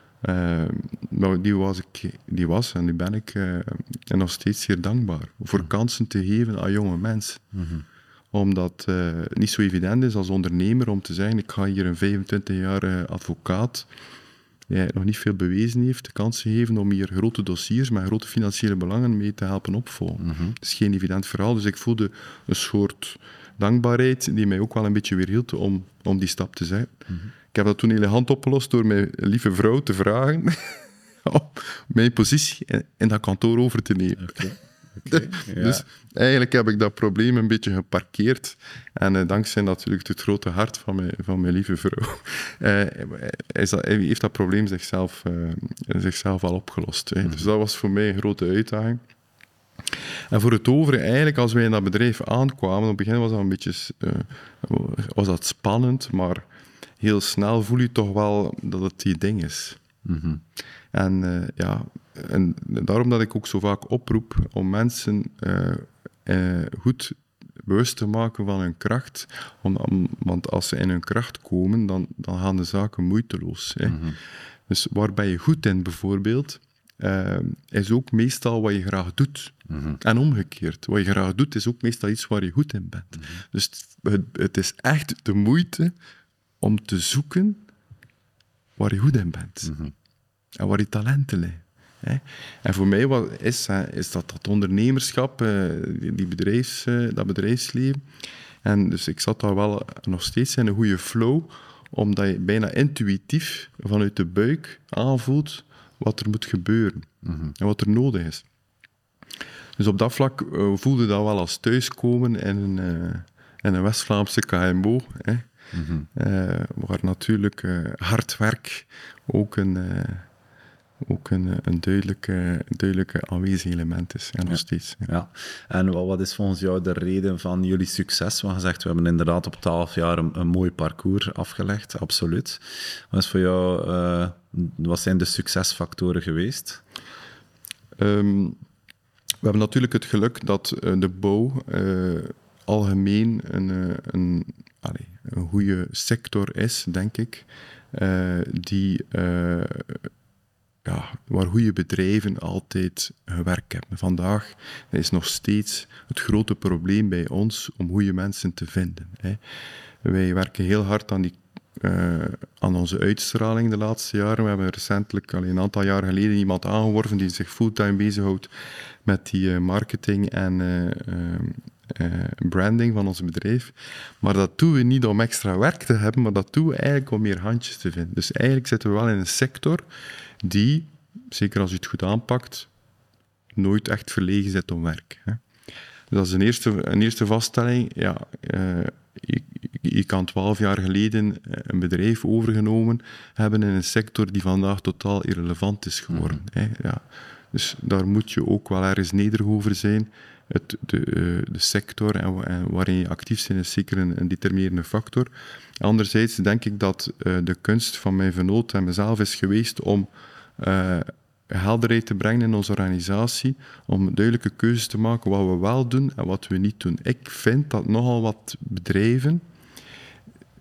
uh, die, was ik, die was en die ben ik uh, en nog steeds zeer dankbaar. Voor mm-hmm. kansen te geven aan jonge mensen. Mm-hmm. Omdat uh, het niet zo evident is als ondernemer om te zeggen, ik ga hier een vijfentwintigjarige advocaat die nog niet veel bewezen heeft, de kans gegeven om hier grote dossiers met grote financiële belangen mee te helpen opvolgen. Mm-hmm. Het is geen evident verhaal, dus ik voelde een soort dankbaarheid die mij ook wel een beetje weerhield om, om die stap te zetten. Mm-hmm. Ik heb dat toen elegant opgelost door mijn lieve vrouw te vragen om mijn positie in, in dat kantoor over te nemen. Okay. Okay, ja. Dus eigenlijk heb ik dat probleem een beetje geparkeerd. En uh, dankzij natuurlijk het grote hart van mijn, van mijn lieve vrouw, uh, is dat, heeft dat probleem zichzelf, uh, zichzelf al opgelost. Hè. Mm-hmm. Dus dat was voor mij een grote uitdaging. En voor het overige, eigenlijk, als wij in dat bedrijf aankwamen, op het begin was dat een beetje uh, was dat spannend, maar heel snel voel je toch wel dat het die ding is. Mm-hmm. En uh, ja, en daarom dat ik ook zo vaak oproep om mensen uh, uh, goed bewust te maken van hun kracht. Om, om, want als ze in hun kracht komen, dan, dan gaan de zaken moeiteloos. Hè. Mm-hmm. Dus waar ben je goed in, bijvoorbeeld, uh, is ook meestal wat je graag doet. Mm-hmm. En omgekeerd. Wat je graag doet, is ook meestal iets waar je goed in bent. Mm-hmm. Dus het, het is echt de moeite om te zoeken waar je goed in bent. Mm-hmm. En waar je talenten liggen. Hè. En voor mij wat is, hè, is dat dat ondernemerschap, uh, die bedrijfs, uh, dat bedrijfsleven. En dus ik zat daar wel nog steeds in een goede flow, omdat je bijna intuïtief vanuit de buik aanvoelt wat er moet gebeuren. Mm-hmm. En wat er nodig is. Dus op dat vlak uh, voelde dat wel als thuiskomen in een, uh, in een West-Vlaamse K M O. Hè. Mm-hmm. Uh, waar natuurlijk uh, hard werk ook een... Uh, ook een, een duidelijke, duidelijke aanwezig element is. En nog ja. steeds. Ja. Ja. En wat is volgens jou de reden van jullie succes? Want je zegt, we hebben inderdaad op twaalf jaar een, een mooi parcours afgelegd, absoluut. Wat is voor jou, uh, wat zijn de succesfactoren geweest? Um, we hebben natuurlijk het geluk dat uh, de bouw uh, algemeen een, uh, een, allez, een goede sector is, denk ik, uh, die... Uh, Ja, waar goede bedrijven altijd gewerkt hebben. Vandaag is nog steeds het grote probleem bij ons om goede mensen te vinden. Hè. Wij werken heel hard aan, die, uh, aan onze uitstraling de laatste jaren. We hebben recentelijk, al een aantal jaar geleden, iemand aangeworven die zich fulltime bezighoudt met die uh, marketing en uh, uh, uh, branding van ons bedrijf. Maar dat doen we niet om extra werk te hebben, maar dat doen we eigenlijk om meer handjes te vinden. Dus eigenlijk zitten we wel in een sector die, zeker als je het goed aanpakt, nooit echt verlegen zit om werk. Hè. Dus dat is een eerste, een eerste vaststelling. Ja, uh, je, je kan twaalf jaar geleden een bedrijf overgenomen hebben in een sector die vandaag totaal irrelevant is geworden. Mm-hmm. Hè. Ja. Dus daar moet je ook wel ergens nederig over zijn. Het, de, uh, de sector en, en waarin je actief bent is zeker een, een determinerende factor. Anderzijds denk ik dat uh, de kunst van mijn vernoot en mezelf is geweest om uh, helderheid te brengen in onze organisatie, om duidelijke keuzes te maken wat we wel doen en wat we niet doen. Ik vind dat nogal wat bedrijven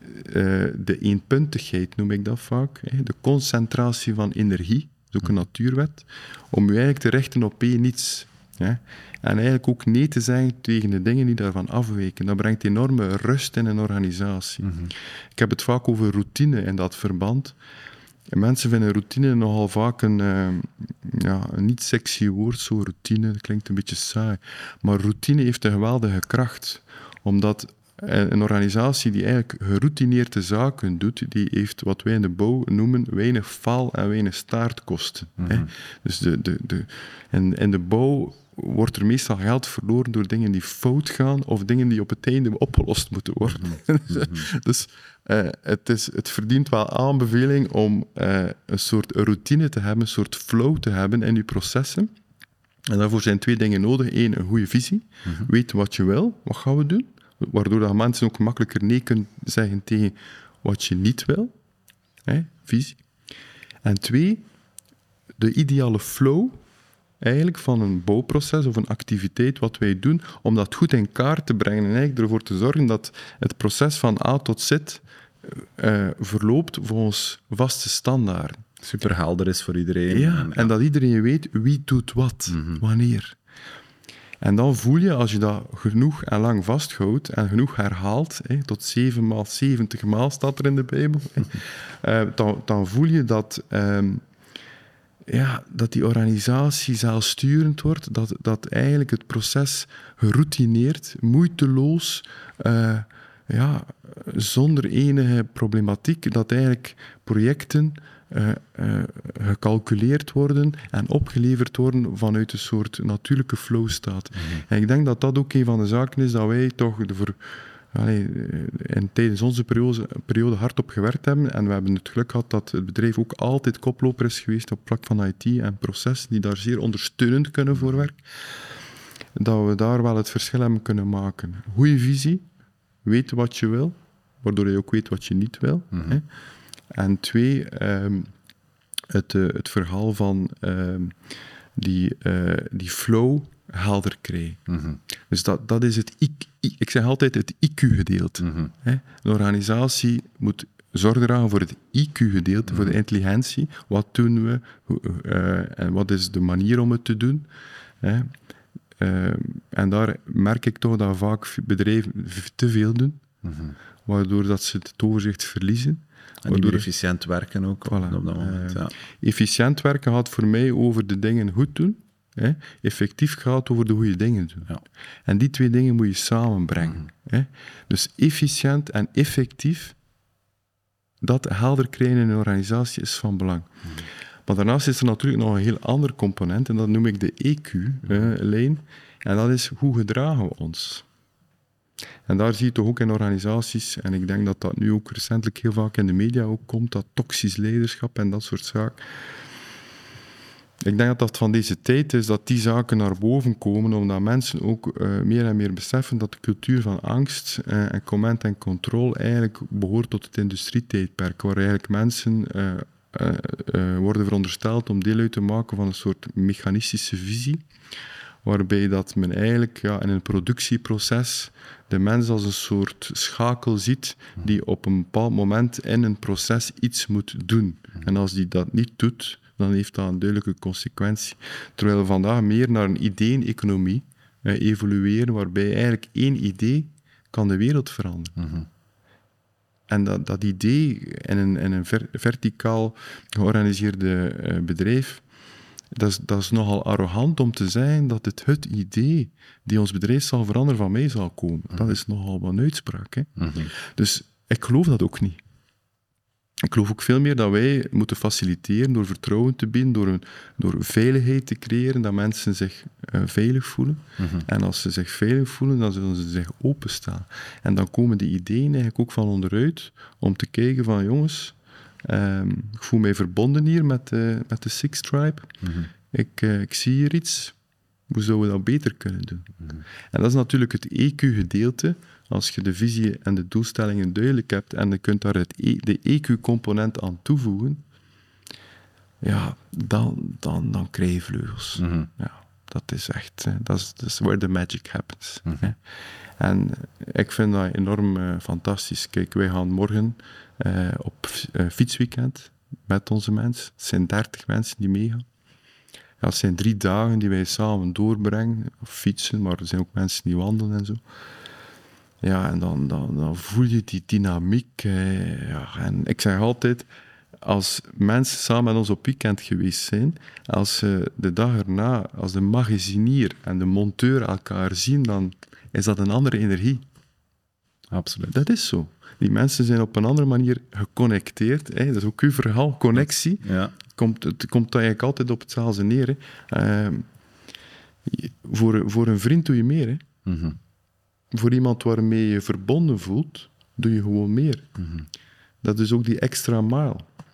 de eenpuntigheid, noem ik dat vaak. Hè? De concentratie van energie, dat is ook een natuurwet, om je eigenlijk te richten op één iets. Hè? En eigenlijk ook nee te zeggen tegen de dingen die daarvan afwijken. Dat brengt enorme rust in een organisatie. Mm-hmm. Ik heb het vaak over routine in dat verband. En mensen vinden routine nogal vaak een, uh, ja, een niet sexy woord, zo routine, dat klinkt een beetje saai. Maar routine heeft een geweldige kracht, omdat een organisatie die eigenlijk geroutineerde zaken doet, die heeft wat wij in de bouw noemen weinig faal- en weinig staartkosten. Mm-hmm. Hè? Dus de, de, de, in, in de bouw wordt er meestal geld verloren door dingen die fout gaan of dingen die op het einde opgelost moeten worden. Mm-hmm. Dus uh, het, is, het verdient wel aanbeveling om uh, een soort routine te hebben, een soort flow te hebben in je processen. En daarvoor zijn twee dingen nodig. Eén, een goede visie. Mm-hmm. Weet wat je wil, wat gaan we doen? Waardoor dat mensen ook makkelijker nee kunnen zeggen tegen wat je niet wil. Hè? Visie. En twee, de ideale flow eigenlijk van een bouwproces of een activiteit wat wij doen, om dat goed in kaart te brengen en eigenlijk ervoor te zorgen dat het proces van A tot Z uh, verloopt volgens vaste standaarden. Super helder is voor iedereen. Ja, en, ja. en dat iedereen weet wie doet wat, mm-hmm. wanneer. En dan voel je, als je dat genoeg en lang vasthoudt en genoeg herhaalt, hè, tot zeven maal zeventig maal staat er in de Bijbel, hè, uh, dan, dan voel je dat, um, ja, dat die organisatie zelfsturend wordt, dat, dat eigenlijk het proces geroutineerd, moeiteloos, uh, ja, zonder enige problematiek, dat eigenlijk projecten Uh, uh, gecalculeerd worden en opgeleverd worden vanuit een soort natuurlijke flow staat. Mm-hmm. En ik denk dat dat ook een van de zaken is dat wij toch de voor, allee, in, tijdens onze periode, periode hard op gewerkt hebben. En we hebben het geluk gehad dat het bedrijf ook altijd koploper is geweest op vlak van I T en proces, die daar zeer ondersteunend kunnen voor werken. Dat we daar wel het verschil hebben kunnen maken. Goeie visie, weet wat je wil, waardoor je ook weet wat je niet wil. Mm-hmm. Hè. En twee, um, het, uh, het verhaal van um, die, uh, die flow helder krijgen. Mm-hmm. Dus dat, dat is het, I Q, ik zeg altijd het I Q-gedeelte. Mm-hmm. Een organisatie moet zorg dragen voor het I Q-gedeelte, mm-hmm. voor de intelligentie. Wat doen we uh, en wat is de manier om het te doen? Hè? Uh, en daar merk ik toch dat vaak bedrijven te veel doen, mm-hmm. waardoor dat ze het overzicht verliezen. En niet meer efficiënt werken ook voilà. op dat moment. Uh, ja. Efficiënt werken gaat voor mij over de dingen goed doen. Hè. Effectief gaat over de goede dingen doen. Ja. En die twee dingen moet je samenbrengen. Mm. Hè. Dus efficiënt en effectief, dat helder krijgen in een organisatie is van belang. Mm. Maar daarnaast is er natuurlijk nog een heel ander component, en dat noem ik de E Q-lijn. Mm. En dat is, hoe gedragen we ons? En daar zie je toch ook in organisaties, en ik denk dat dat nu ook recentelijk heel vaak in de media ook komt, dat toxisch leiderschap en dat soort zaken. Ik denk dat dat van deze tijd is, dat die zaken naar boven komen, omdat mensen ook uh, meer en meer beseffen dat de cultuur van angst uh, en command en control eigenlijk behoort tot het industrietijdperk, waar eigenlijk mensen uh, uh, uh, worden verondersteld om deel uit te maken van een soort mechanistische visie, waarbij dat men eigenlijk ja, in een productieproces de mens als een soort schakel ziet die op een bepaald moment in een proces iets moet doen. En als die dat niet doet, dan heeft dat een duidelijke consequentie. Terwijl we vandaag meer naar een idee-economie eh, evolueren, waarbij eigenlijk één idee kan de wereld veranderen. Mm-hmm. En dat, dat idee in een, in een ver, verticaal georganiseerde uh, bedrijf, dat is, dat is nogal arrogant om te zeggen dat het het idee die ons bedrijf zal veranderen van mij zal komen. Mm-hmm. Dat is nogal een uitspraak. Hè? Mm-hmm. Dus ik geloof dat ook niet. Ik geloof ook veel meer dat wij moeten faciliteren door vertrouwen te bieden, door, een, door veiligheid te creëren, dat mensen zich uh, veilig voelen. Mm-hmm. En als ze zich veilig voelen, dan zullen ze zich openstaan. En dan komen die ideeën eigenlijk ook van onderuit om te kijken van jongens, um, ik voel mij verbonden hier met, uh, met de Six Tribe. Mm-hmm. Ik, uh, ik zie hier iets. Hoe zouden we dat beter kunnen doen? Mm-hmm. En dat is natuurlijk het E Q-gedeelte. Als je de visie en de doelstellingen duidelijk hebt en je kunt daar het e- de E Q-component aan toevoegen, ja, dan, dan, dan krijg je vleugels. Mm-hmm. Ja. dat is echt, uh, dat is, dat is where the magic happens. Mm-hmm. Hè. En ik vind dat enorm uh, fantastisch. Kijk, wij gaan morgen uh, op uh, fietsweekend met onze mensen. Het zijn dertig mensen die meegaan. Ja, het zijn drie dagen die wij samen doorbrengen, of fietsen, maar er zijn ook mensen die wandelen en zo. Ja, en dan, dan, dan voel je die dynamiek. Eh, ja. En ik zeg altijd, als mensen samen met ons op weekend geweest zijn, als ze de dag erna, als de magasinier en de monteur elkaar zien, dan is dat een andere energie. Absoluut. Dat is zo. Die mensen zijn op een andere manier geconnecteerd. Hè. Dat is ook uw verhaal, connectie. Ja. Komt, het komt eigenlijk altijd op hetzelfde neer. Hè. Uh, voor, voor een vriend doe je meer. Hè. Mm-hmm. Voor iemand waarmee je verbonden voelt, doe je gewoon meer. Mm-hmm. Dat is ook die extra mile.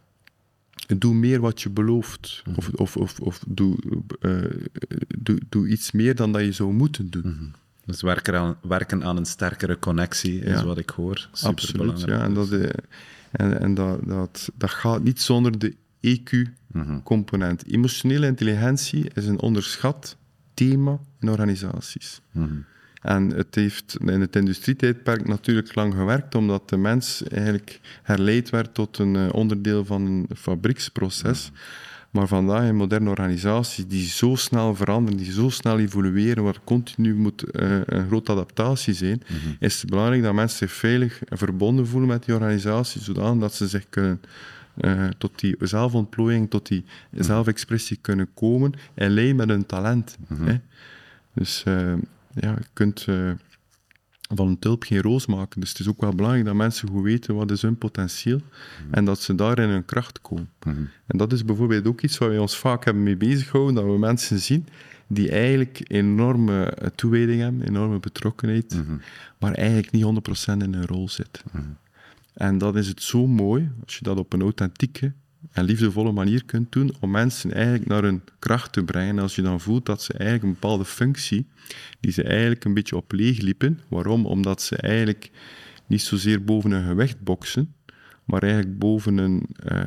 Doe meer wat je belooft. Mm-hmm. Of, of, of, of doe, uh, doe, doe iets meer dan dat je zou moeten doen. Mm-hmm. Dus werken aan, werken aan een sterkere connectie is ja. wat ik hoor. Absoluut, ja. En, dat, en, en dat, dat, dat gaat niet zonder de E Q-component. Mm-hmm. Emotionele intelligentie is een onderschat thema in organisaties. Mm-hmm. En het heeft in het industrietijdperk natuurlijk lang gewerkt, omdat de mens eigenlijk herleid werd tot een onderdeel van een fabrieksproces. Mm-hmm. Maar vandaag in moderne organisaties die zo snel veranderen, die zo snel evolueren, waar continu moet uh, een grote adaptatie zijn, mm-hmm. is het belangrijk dat mensen zich veilig en verbonden voelen met die organisatie, zodat ze zich kunnen uh, tot die zelfontplooiing, tot die mm-hmm. zelfexpressie kunnen komen in lijn met hun talent. Mm-hmm. Hè? Dus uh, ja, je kunt uh, van een tulp geen roos maken. Dus het is ook wel belangrijk dat mensen goed weten wat is hun potentieel mm-hmm. en dat ze daar in hun kracht komen. Mm-hmm. En dat is bijvoorbeeld ook iets waar wij ons vaak hebben mee bezighouden, dat we mensen zien die eigenlijk enorme toewijding hebben, enorme betrokkenheid, mm-hmm. maar eigenlijk niet honderd procent in hun rol zitten. Mm-hmm. En dat is het zo mooi, als je dat op een authentieke en liefdevolle manier kunt doen, om mensen eigenlijk naar hun kracht te brengen. En als je dan voelt dat ze eigenlijk een bepaalde functie, die ze eigenlijk een beetje op leeg liepen. Waarom? Omdat ze eigenlijk niet zozeer boven hun gewicht boksen, maar eigenlijk boven hun, uh,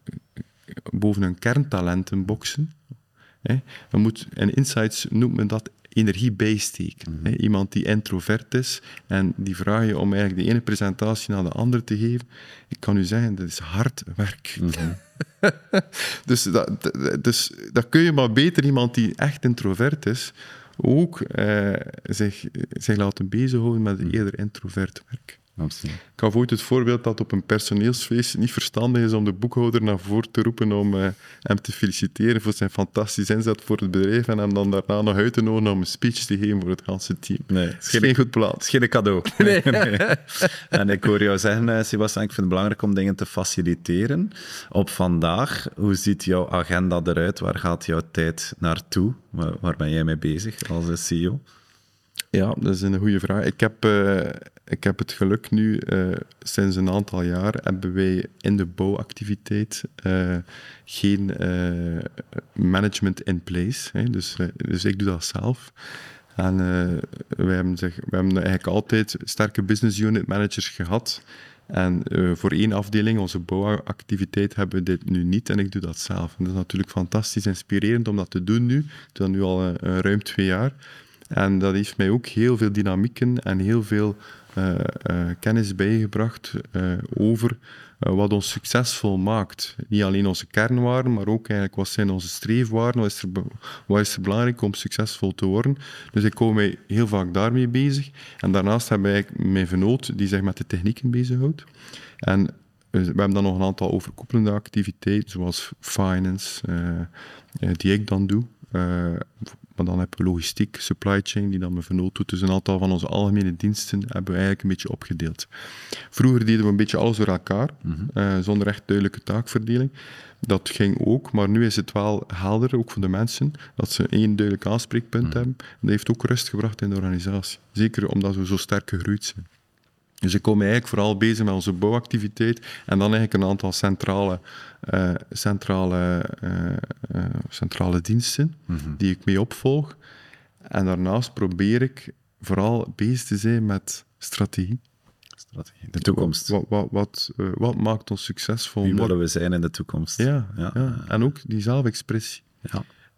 boven hun kerntalenten boksen. Hè? Dan moet, in Insights noemt men dat energie bijsteken. Mm-hmm. Hè? Iemand die introvert is en die vraag je om eigenlijk de ene presentatie naar de andere te geven. Ik kan u zeggen, dat is hard werk. Mm-hmm. dus, dat, dus dat kun je maar beter iemand die echt introvert is, ook uh, zich, zich laten bezighouden met mm-hmm. eerder introvert werk. Absoluut. Ik gaf ooit het voorbeeld dat op een personeelsfeest niet verstandig is om de boekhouder naar voren te roepen om uh, hem te feliciteren voor zijn fantastische inzet voor het bedrijf en hem dan daarna nog uit te nodigen om een speech te geven voor het hele team. Nee, het is geen, geen goed plan. Het is geen cadeau. Nee. Nee. En ik hoor jou zeggen, Sebastiaan, ik vind het belangrijk om dingen te faciliteren. Op vandaag, hoe ziet jouw agenda eruit? Waar gaat jouw tijd naartoe? Waar, waar ben jij mee bezig als C E O? Ja, dat is een goede vraag. Ik heb, uh, ik heb het geluk nu, uh, sinds een aantal jaar hebben wij in de bouwactiviteit uh, geen uh, management in place. Hè. Dus, uh, dus ik doe dat zelf. En uh, wij, hebben zich, wij hebben eigenlijk altijd sterke business unit managers gehad. En uh, voor één afdeling, onze bouwactiviteit, hebben we dit nu niet en ik doe dat zelf. En dat is natuurlijk fantastisch inspirerend om dat te doen nu. Ik doe dat nu al uh, ruim twee jaar. En dat heeft mij ook heel veel dynamieken en heel veel uh, uh, kennis bijgebracht uh, over uh, wat ons succesvol maakt. Niet alleen onze kernwaarden, maar ook eigenlijk wat zijn onze streefwaarden, wat is er, be- wat is er belangrijk om succesvol te worden. Dus ik hou mij heel vaak daarmee bezig. En daarnaast hebben wij mijn vernoot die zich met de technieken bezighoudt. En we hebben dan nog een aantal overkoepelende activiteiten, zoals finance, uh, die ik dan doe. Uh, maar dan hebben we logistiek, supply chain, die dan mijn vernoot doet. Dus een aantal van onze algemene diensten hebben we eigenlijk een beetje opgedeeld. Vroeger deden we een beetje alles door elkaar, mm-hmm. uh, zonder echt duidelijke taakverdeling. Dat ging ook, maar nu is het wel helder, ook voor de mensen, dat ze één duidelijk aanspreekpunt mm-hmm. hebben. En dat heeft ook rust gebracht in de organisatie. Zeker omdat we zo sterk gegroeid zijn. Dus ik kom eigenlijk vooral bezig met onze bouwactiviteit en dan eigenlijk een aantal centrale, uh, centrale, uh, uh, centrale diensten mm-hmm. die ik mee opvolg. En daarnaast probeer ik vooral bezig te zijn met strategie. Strategie. De toekomst. Wat, wat, wat, uh, wat maakt ons succesvol? Wie willen we zijn in de toekomst? Ja, ja. ja. En ook die zelfexpressie. Ja.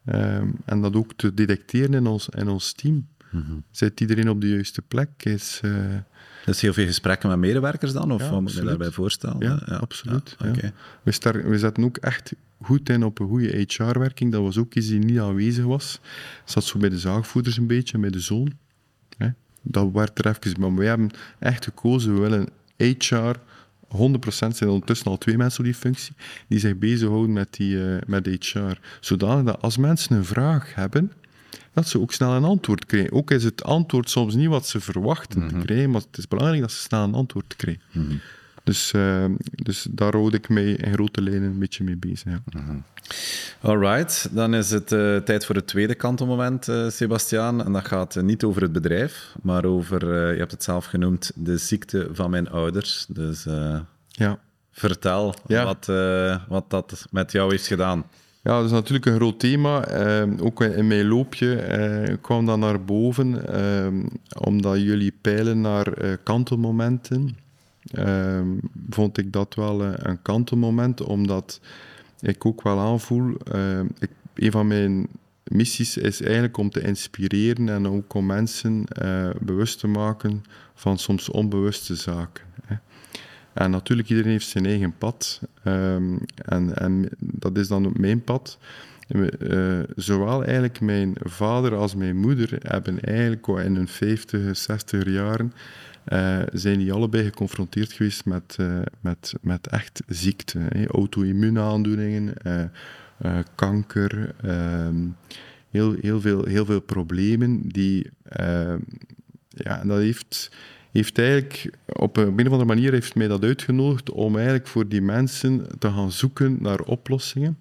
Um, en dat ook te detecteren in ons, in ons team. Mm-hmm. Zit iedereen op de juiste plek? Is... Uh, Dus heel veel gesprekken met medewerkers dan? Of ja, wat moet je daarbij voorstellen? Ja, ja absoluut. Ja, okay. ja. We, star- we zetten ook echt goed in op een goede H R-werking. Dat was ook iets die niet aanwezig was. Dat zat zo bij de zaagvoerders een beetje, bij de zoon. Hè? Dat werd er even... Maar we hebben echt gekozen, we willen H R... honderd procent zijn ondertussen al twee mensen op die functie, die zich bezighouden met, die, uh, met H R. Zodanig dat als mensen een vraag hebben, dat ze ook snel een antwoord krijgen. Ook is het antwoord soms niet wat ze verwachten mm-hmm. te krijgen, maar het is belangrijk dat ze snel een antwoord krijgen. Mm-hmm. Dus, uh, dus daar houd ik mij in grote lijnen een beetje mee bezig. Ja. Mm-hmm. Alright, dan is het uh, tijd voor het tweede kantelmoment, uh, Sebastiaan. En dat gaat uh, niet over het bedrijf, maar over, uh, je hebt het zelf genoemd, de ziekte van mijn ouders. Dus uh, ja. vertel ja. Wat, uh, wat dat met jou heeft gedaan. Ja, dat is natuurlijk een groot thema. Uh, ook in mijn loopje uh, kwam dat naar boven, uh, omdat jullie peilen naar uh, kantelmomenten. Uh, vond ik dat wel uh, een kantelmoment, omdat ik ook wel aanvoel... Uh, ik, een van mijn missies is eigenlijk om te inspireren en ook om mensen uh, bewust te maken van soms onbewuste zaken. Hè. En natuurlijk, iedereen heeft zijn eigen pad. Um, en, en dat is dan ook mijn pad. Uh, zowel eigenlijk mijn vader als mijn moeder hebben eigenlijk in hun vijftig, zestig jaren uh, zijn die allebei geconfronteerd geweest met, uh, met, met echt ziekte. Hè. Auto-immuunaandoeningen, uh, uh, kanker, uh, heel, heel, veel, heel veel problemen die... Uh, ja, dat heeft... heeft eigenlijk op een, op een of andere manier heeft mij dat uitgenodigd om eigenlijk voor die mensen te gaan zoeken naar oplossingen.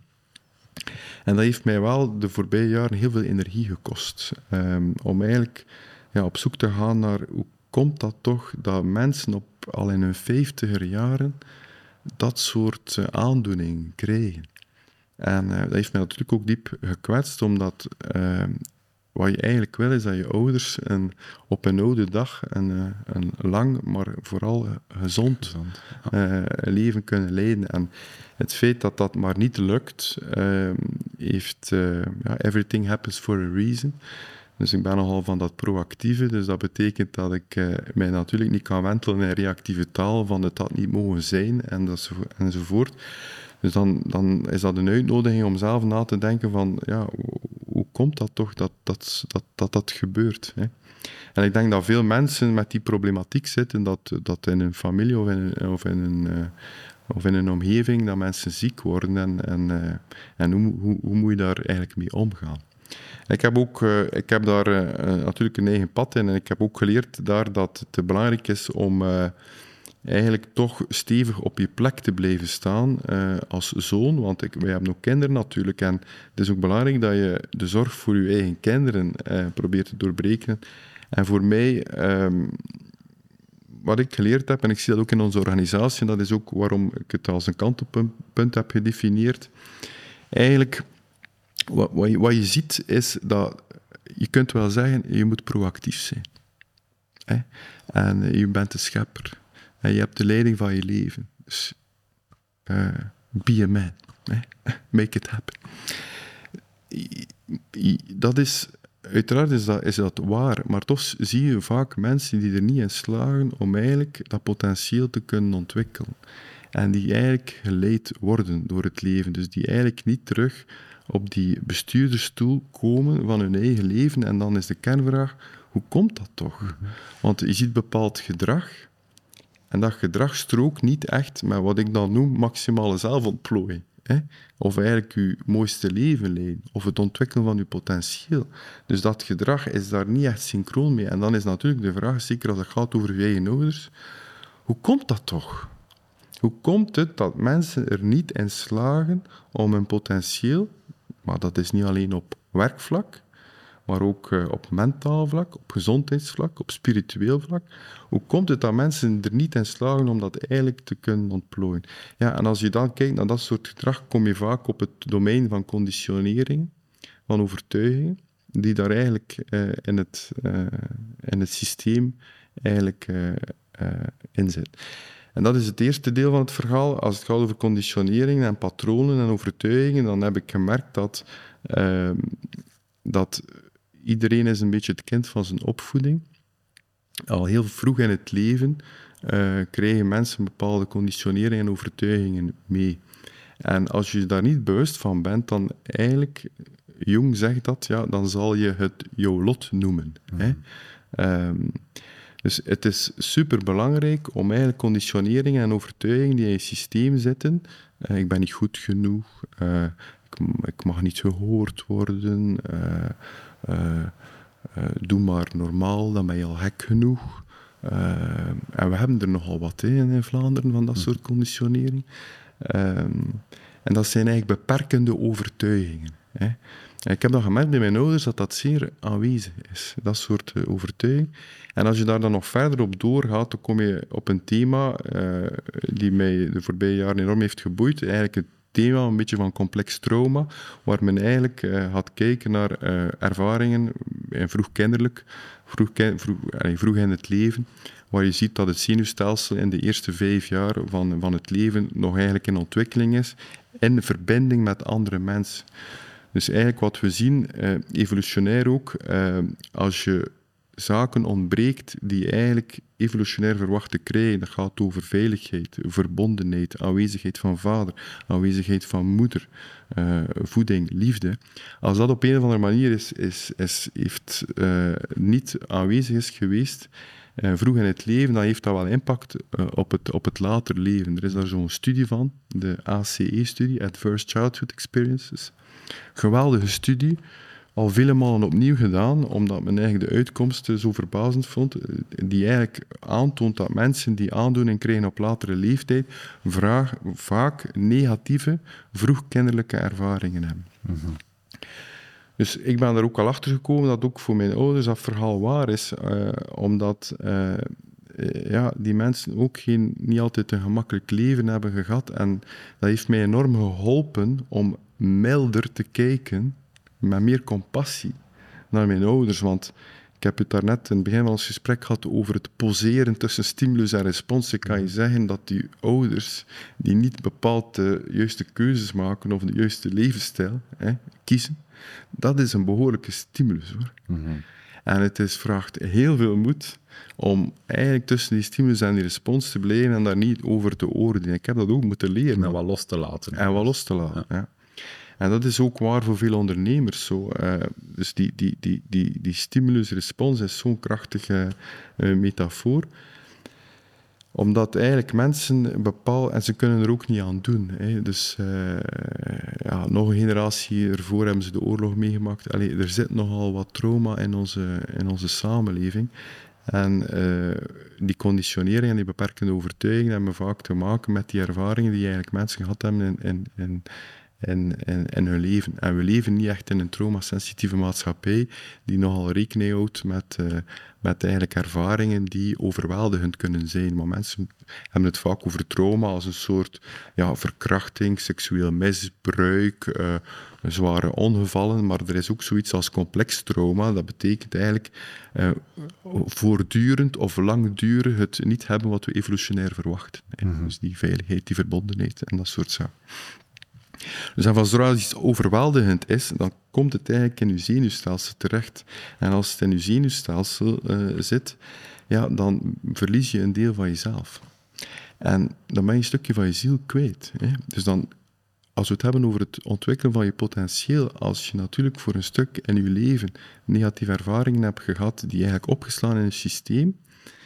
En dat heeft mij wel de voorbije jaren heel veel energie gekost. Um, om eigenlijk ja, op zoek te gaan naar hoe komt dat toch dat mensen op, al in hun vijftiger jaren dat soort uh, aandoening krijgen. En uh, dat heeft mij natuurlijk ook diep gekwetst, omdat... Uh, wat je eigenlijk wil, is dat je ouders een, op een oude dag een, een lang, maar vooral gezond, gezond ja. uh, leven kunnen leiden. En het feit dat dat maar niet lukt, uh, heeft... Uh, ja, everything happens for a reason. Dus ik ben nogal van dat proactieve, dus dat betekent dat ik uh, mij natuurlijk niet kan wentelen in reactieve taal, van het had niet mogen zijn, en dat, enzovoort. Dus dan, dan is dat een uitnodiging om zelf na te denken van, ja, hoe komt dat toch dat dat, dat, dat, dat gebeurt? Hè? En ik denk dat veel mensen met die problematiek zitten, dat, dat in een familie of in, of in, een, uh, of in een omgeving, dat mensen ziek worden. En, en, uh, en hoe, hoe, hoe moet je daar eigenlijk mee omgaan? Ik heb, ook, uh, ik heb daar uh, natuurlijk een eigen pad in en ik heb ook geleerd daar dat het belangrijk is om... Uh, eigenlijk toch stevig op je plek te blijven staan uh, als zoon, want ik, wij hebben ook kinderen natuurlijk en het is ook belangrijk dat je de zorg voor je eigen kinderen uh, probeert te doorbreken. En voor mij, um, wat ik geleerd heb, en ik zie dat ook in onze organisatie, en dat is ook waarom ik het als een kantelpunt heb gedefinieerd, eigenlijk, wat, wat, je, wat je ziet is dat, je kunt wel zeggen, je moet proactief zijn. Hè? En je bent de schepper. En je hebt de leiding van je leven. Dus, uh, be a man. Eh? Make it happen. Dat is, uiteraard is dat, is dat waar, maar toch zie je vaak mensen die er niet in slagen om eigenlijk dat potentieel te kunnen ontwikkelen. En die eigenlijk geleid worden door het leven. Dus die eigenlijk niet terug op die bestuurdersstoel komen van hun eigen leven. En dan is de kernvraag, hoe komt dat toch? Want je ziet bepaald gedrag... En dat gedrag strookt niet echt met wat ik dan noem maximale zelfontplooiing. Hè? Of eigenlijk je mooiste leven leiden. Of het ontwikkelen van je potentieel. Dus dat gedrag is daar niet echt synchroon mee. En dan is natuurlijk de vraag, zeker als het gaat over je eigen ouders, hoe komt dat toch? Hoe komt het dat mensen er niet in slagen om hun potentieel, maar dat is niet alleen op werkvlak, maar ook uh, op mentaal vlak, op gezondheidsvlak, op spiritueel vlak. Hoe komt het dat mensen er niet in slagen om dat eigenlijk te kunnen ontplooien? Ja, en als je dan kijkt naar dat soort gedrag, kom je vaak op het domein van conditionering, van overtuigingen, die daar eigenlijk uh, in, het, uh, in het systeem eigenlijk uh, uh, in zit. En dat is het eerste deel van het verhaal. Als het gaat over conditionering en patronen en overtuigingen, dan heb ik gemerkt dat uh, dat iedereen is een beetje het kind van zijn opvoeding. Al heel vroeg in het leven uh, krijgen mensen bepaalde conditioneringen en overtuigingen mee. En als je daar niet bewust van bent, dan eigenlijk, Jung zegt dat, ja, dan zal je het jouw lot noemen. Mm-hmm. Hè? Um, dus het is superbelangrijk om eigenlijk conditioneringen en overtuigingen die in je systeem zitten. Uh, ik ben niet goed genoeg, uh, ik, ik mag niet gehoord worden, uh, uh, uh, doe maar normaal, dan ben je al gek genoeg. Uh, en we hebben er nogal wat hè, in Vlaanderen van dat soort conditionering. Um, en dat zijn eigenlijk beperkende overtuigingen. Hè. En ik heb dan gemerkt bij mijn ouders dat dat zeer aanwezig is, dat soort uh, overtuiging. En als je daar dan nog verder op doorgaat, dan kom je op een thema uh, die mij de voorbije jaren enorm heeft geboeid. Eigenlijk het thema een beetje van complex trauma, waar men eigenlijk uh, gaat kijken naar uh, ervaringen, uh, vroeg kinderlijk, vroeg, vroeg, uh, vroeg in het leven, waar je ziet dat het zenuwstelsel in de eerste vijf jaar van, van het leven nog eigenlijk in ontwikkeling is, in verbinding met andere mensen. Dus eigenlijk wat we zien, uh, evolutionair ook, uh, als je zaken ontbreekt die eigenlijk evolutionair verwacht te krijgen, dat gaat over veiligheid, verbondenheid, aanwezigheid van vader, aanwezigheid van moeder, uh, voeding, liefde. Als dat op een of andere manier is, is, is, heeft, uh, niet aanwezig is geweest, Uh, vroeg in het leven, dan heeft dat wel impact uh, op, het, op het later leven. Er is daar zo'n studie van, de A C E-studie, Adverse Childhood Experiences. Geweldige studie, al vele malen opnieuw gedaan, omdat men eigenlijk de uitkomsten zo verbazend vond, die eigenlijk aantoont dat mensen die aandoening krijgen op latere leeftijd vraag, vaak negatieve, vroegkinderlijke ervaringen hebben. Mm-hmm. Dus ik ben er ook al achter gekomen dat ook voor mijn ouders dat verhaal waar is, uh, omdat uh, ja, die mensen ook geen, niet altijd een gemakkelijk leven hebben gehad. En dat heeft mij enorm geholpen om milder te kijken, met meer compassie naar mijn ouders. Want ik heb het daarnet in het begin van ons gesprek gehad over het poseren tussen stimulus en respons. Ik kan je zeggen dat die ouders die niet bepaald de juiste keuzes maken of de juiste levensstijl hè, kiezen, dat is een behoorlijke stimulus, hoor. Mm-hmm. En het is, vraagt heel veel moed om eigenlijk tussen die stimulus en die respons te blijven en daar niet over te oordelen. Ik heb dat ook moeten leren. En wat los te laten. En wat los te laten, ja. ja. En dat is ook waar voor veel ondernemers zo. Uh, dus die, die, die, die, die stimulus-respons is zo'n krachtige uh, metafoor. Omdat eigenlijk mensen bepalen, en ze kunnen er ook niet aan doen. Hè. Dus uh, ja, nog een generatie ervoor hebben ze de oorlog meegemaakt. Allee, er zit nogal wat trauma in onze, in onze samenleving. En uh, die conditionering en die beperkende overtuigingen hebben vaak te maken met die ervaringen die eigenlijk mensen gehad hebben in, in, in, in, in, in hun leven. En we leven niet echt in een traumasensitieve maatschappij die nogal rekening houdt met, uh, met eigenlijk ervaringen die overweldigend kunnen zijn. Maar mensen hebben het vaak over trauma als een soort ja, verkrachting, seksueel misbruik, uh, zware ongevallen, maar er is ook zoiets als complex trauma. Dat betekent eigenlijk uh, voortdurend of langdurig het niet hebben wat we evolutionair verwachten. Mm-hmm. Dus die veiligheid, die verbondenheid en dat soort zaken. Dus als er iets overweldigend is, dan komt het eigenlijk in je zenuwstelsel terecht. En als het in je zenuwstelsel uh, zit, ja, dan verlies je een deel van jezelf. En dan ben je een stukje van je ziel kwijt. Hè? Dus dan, als we het hebben over het ontwikkelen van je potentieel, als je natuurlijk voor een stuk in je leven negatieve ervaringen hebt gehad die eigenlijk opgeslaan in het systeem,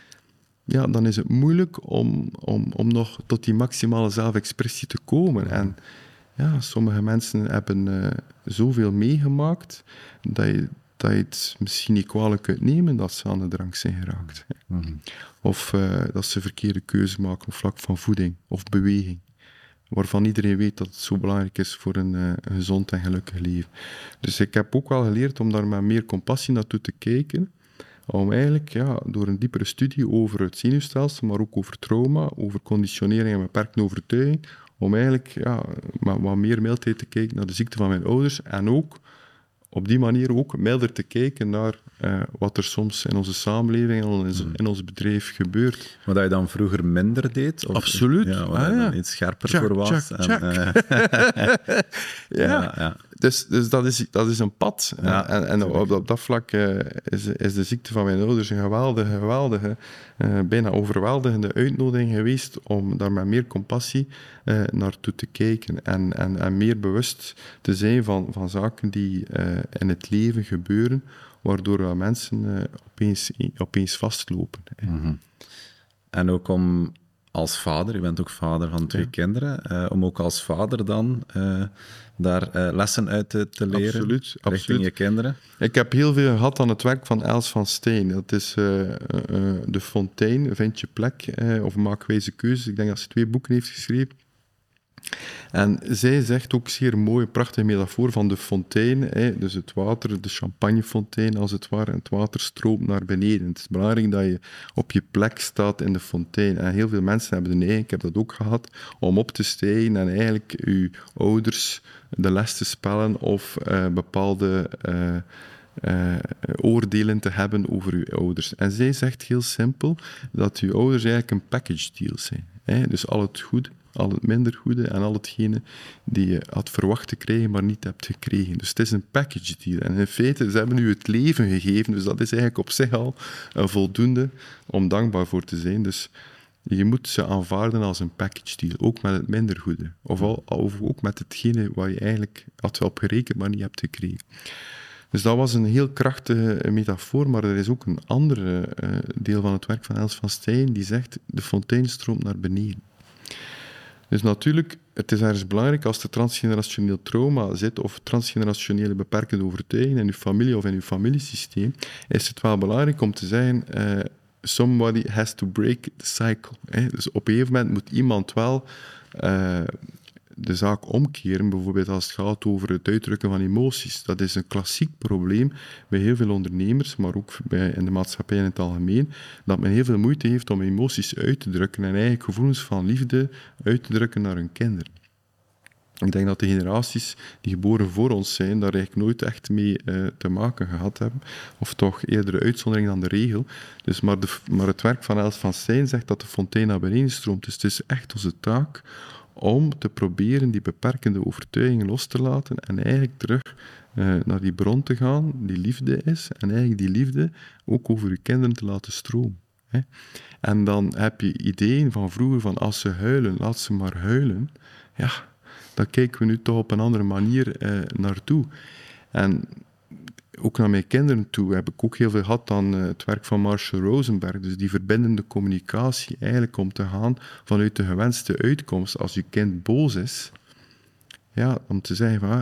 ja, dan is het moeilijk om, om, om nog tot die maximale zelfexpressie te komen. En ja, sommige mensen hebben uh, zoveel meegemaakt dat je, dat je het misschien niet kwalijk kunt nemen dat ze aan de drank zijn geraakt. Mm-hmm. Of uh, dat ze verkeerde keuzes maken op vlak van voeding of beweging, waarvan iedereen weet dat het zo belangrijk is voor een, uh, een gezond en gelukkig leven. Dus ik heb ook wel geleerd om daar met meer compassie naartoe te kijken, om eigenlijk ja, door een diepere studie over het zenuwstelsel, maar ook over trauma, over conditionering en beperkende overtuiging, om eigenlijk ja, met wat meer mildheid te kijken naar de ziekte van mijn ouders en ook op die manier ook milder te kijken naar uh, wat er soms in onze samenleving en in ons, in ons bedrijf gebeurt. Maar dat je dan vroeger minder deed? Of, Absoluut. Ja, waar ah, je dan ja. iets scherper check, voor was. Check, check. En, uh, ja, ja, ja. Dus, dus dat, is, dat is een pad. Ja, en en op, op dat vlak uh, is, is de ziekte van mijn ouders een geweldige, geweldige uh, bijna overweldigende uitnodiging geweest om daar met meer compassie uh, naartoe te kijken en, en, en meer bewust te zijn van, van zaken die uh, in het leven gebeuren, waardoor we mensen uh, opeens, opeens vastlopen. Mm-hmm. En ook om als vader, je bent ook vader van twee ja. kinderen, uh, om ook als vader dan uh, daar uh, lessen uit te, te leren absoluut, richting absoluut. je kinderen? Ik heb heel veel gehad aan het werk van Els van Steen. Dat is uh, uh, De Fontein, Vind je plek, uh, of Maak wijze keuzes. Ik denk dat ze twee boeken heeft geschreven. En zij zegt ook zeer mooi, prachtige metafoor van de fontein, hè, dus het water, de champagnefontein als het ware, en het water stroomt naar beneden. Het is belangrijk dat je op je plek staat in de fontein. En heel veel mensen hebben de neiging, ik heb dat ook gehad, om op te stijgen en eigenlijk je ouders de les te spellen of uh, bepaalde uh, uh, oordelen te hebben over je ouders. En zij zegt heel simpel dat je ouders eigenlijk een package deal zijn. Hè? Dus al het goede, al het minder goede en al hetgene die je had verwacht te krijgen, maar niet hebt gekregen. Dus het is een package deal. En in feite, ze hebben u het leven gegeven, dus dat is eigenlijk op zich al een voldoende om dankbaar voor te zijn. Dus je moet ze aanvaarden als een package deal, ook met het minder goede. Of, al, of ook met hetgene waar je eigenlijk had op gerekend, maar niet hebt gekregen. Dus dat was een heel krachtige metafoor, maar er is ook een andere uh, deel van het werk van Els van Steen die zegt, de fontein stroomt naar beneden. Dus natuurlijk, het is ergens belangrijk als er transgenerationeel trauma zit of transgenerationele beperkende overtuigingen in uw familie of in uw familiesysteem, is het wel belangrijk om te zeggen, uh, somebody has to break the cycle. Hè? Dus op een gegeven moment moet iemand wel uh, de zaak omkeren, bijvoorbeeld als het gaat over het uitdrukken van emoties. Dat is een klassiek probleem bij heel veel ondernemers, maar ook bij, in de maatschappij in het algemeen, dat men heel veel moeite heeft om emoties uit te drukken en eigenlijk gevoelens van liefde uit te drukken naar hun kinderen. Ik denk dat de generaties die geboren voor ons zijn, daar eigenlijk nooit echt mee uh, te maken gehad hebben. Of toch eerder de uitzondering dan de regel. Dus maar, de, maar het werk van Els van Steen zegt dat de fontein naar beneden stroomt. Dus het is echt onze taak om te proberen die beperkende overtuigingen los te laten en eigenlijk terug uh, naar die bron te gaan, die liefde is, en eigenlijk die liefde ook over je kinderen te laten stromen. Hè. En dan heb je ideeën van vroeger van als ze huilen, laat ze maar huilen. Ja, daar kijken we nu toch op een andere manier uh, naartoe. En ook naar mijn kinderen toe heb ik ook heel veel gehad aan uh, het werk van Marshall Rosenberg. Dus die verbindende communicatie, eigenlijk om te gaan vanuit de gewenste uitkomst. Als je kind boos is, ja, om te zeggen van, ah,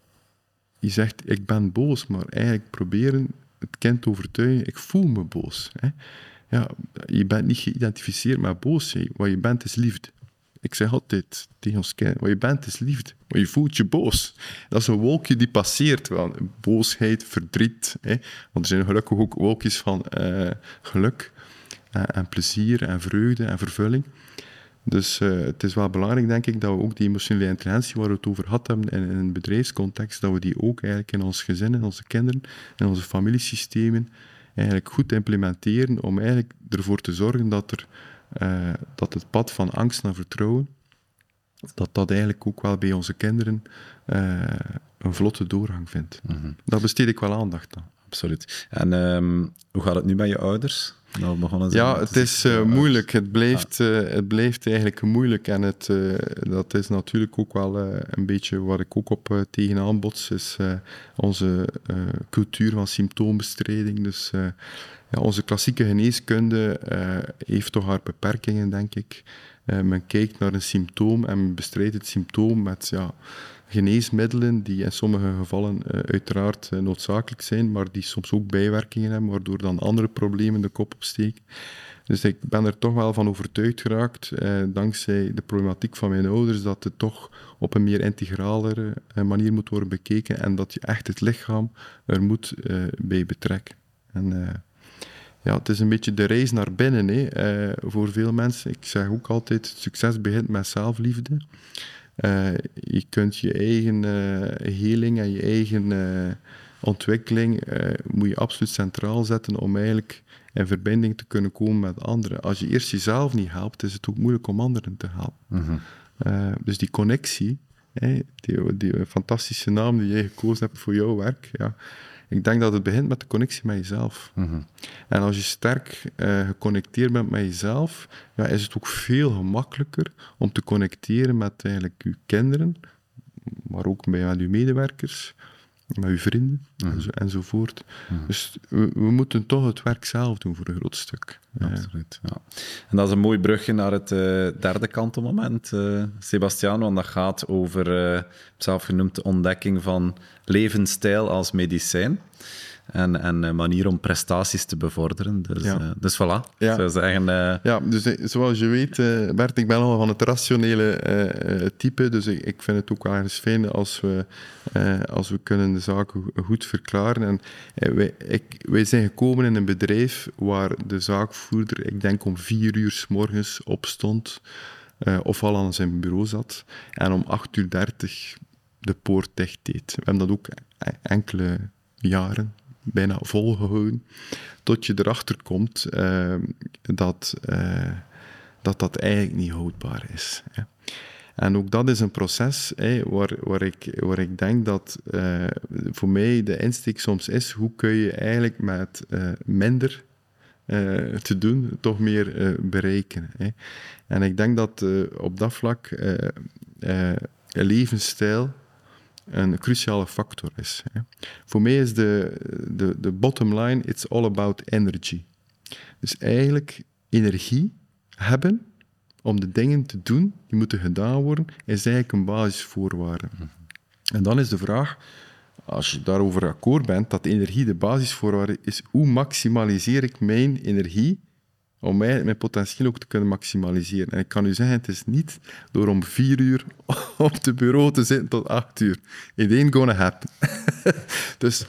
je zegt ik ben boos, maar eigenlijk proberen het kind te overtuigen, ik voel me boos. Hè. Ja, je bent niet geïdentificeerd met boos, hè. Wat je bent is liefde. Ik zeg altijd tegen ons kind, wat je bent is liefde, maar je voelt je boos. Dat is een wolkje die passeert, wel, boosheid, verdriet. Hè. Want er zijn gelukkig ook wolkjes van uh, geluk uh, en plezier en vreugde en vervulling. Dus uh, het is wel belangrijk, denk ik, dat we ook die emotionele intelligentie waar we het over gehad hebben in, in een bedrijfscontext, dat we die ook eigenlijk in ons gezin, in onze kinderen, in onze familiesystemen eigenlijk goed implementeren om eigenlijk ervoor te zorgen dat er Uh, dat het pad van angst naar vertrouwen, dat dat eigenlijk ook wel bij onze kinderen uh, een vlotte doorgang vindt. Mm-hmm. Daar besteed ik wel aandacht aan. Absoluut. En um, hoe gaat het nu met je ouders? Nou, begonnen ja, het is uh, moeilijk. Het blijft, uh, het blijft eigenlijk moeilijk. En het, uh, dat is natuurlijk ook wel uh, een beetje waar ik ook op uh, tegenaan bots, is uh, onze uh, cultuur van symptoombestrijding. Dus uh, ja, onze klassieke geneeskunde uh, heeft toch haar beperkingen, denk ik. Uh, men kijkt naar een symptoom en men bestrijdt het symptoom met ja, geneesmiddelen die in sommige gevallen uh, uiteraard uh, noodzakelijk zijn, maar die soms ook bijwerkingen hebben, waardoor dan andere problemen de kop opsteken. Dus ik ben er toch wel van overtuigd geraakt, uh, dankzij de problematiek van mijn ouders, dat het toch op een meer integralere uh, manier moet worden bekeken en dat je echt het lichaam er moet uh, bij betrekken. En, uh, Ja, het is een beetje de reis naar binnen, hè, uh, voor veel mensen. Ik zeg ook altijd, succes begint met zelfliefde. Uh, je kunt je eigen uh, heling en je eigen uh, ontwikkeling uh, moet je absoluut centraal zetten om eigenlijk in verbinding te kunnen komen met anderen. Als je eerst jezelf niet helpt, is het ook moeilijk om anderen te helpen. Mm-hmm. Uh, dus die connectie hè, die, die fantastische naam die jij gekozen hebt voor jouw werk, ja, ik denk dat het begint met de connectie met jezelf. Mm-hmm. En als je sterk uh, geconnecteerd bent met jezelf, ja, is het ook veel gemakkelijker om te connecteren met eigenlijk je kinderen, maar ook met je medewerkers, met je vrienden, mm-hmm. enzo, enzovoort. Mm-hmm. Dus we, we moeten toch het werk zelf doen voor een groot stuk. Absoluut, ja. En dat is een mooi brugje naar het uh, derde kantelmoment, uh, Sebastiaan, want dat gaat over, uh, zelf genoemd, de ontdekking van levensstijl als medicijn. En, en een manier om prestaties te bevorderen. Dus, ja. uh, dus voilà. Ja, zou zeggen, uh... ja dus zoals je weet, uh, Bert, ik ben al van het rationele uh, type, dus ik, ik vind het ook wel ergens fijn als we, uh, als we kunnen de zaken goed verklaren. En uh, wij, ik, wij zijn gekomen in een bedrijf waar de zaakvoerder, ik denk om vier uur 's morgens opstond, uh, of al aan zijn bureau zat, en om acht uur dertig de poort dicht deed. We hebben dat ook enkele jaren bijna volgehouden, tot je erachter komt uh, dat, uh, dat dat eigenlijk niet houdbaar is. Hè. En ook dat is een proces hè, waar, waar, ik, waar ik denk dat uh, voor mij de insteek soms is, hoe kun je eigenlijk met uh, minder uh, te doen toch meer uh, bereiken. Hè. En ik denk dat uh, op dat vlak uh, uh, een levensstijl een cruciale factor is. Hè. Voor mij is de, de, de bottom line, it's all about energy. Dus eigenlijk energie hebben om de dingen te doen die moeten gedaan worden, is eigenlijk een basisvoorwaarde. Mm-hmm. En dan is de vraag, als je daarover akkoord bent, dat energie de basisvoorwaarde is, hoe maximaliseer ik mijn energie om mij, mijn potentieel ook te kunnen maximaliseren. En ik kan u zeggen, het is niet door om vier uur op het bureau te zitten tot acht uur. It ain't gonna happen. Dus,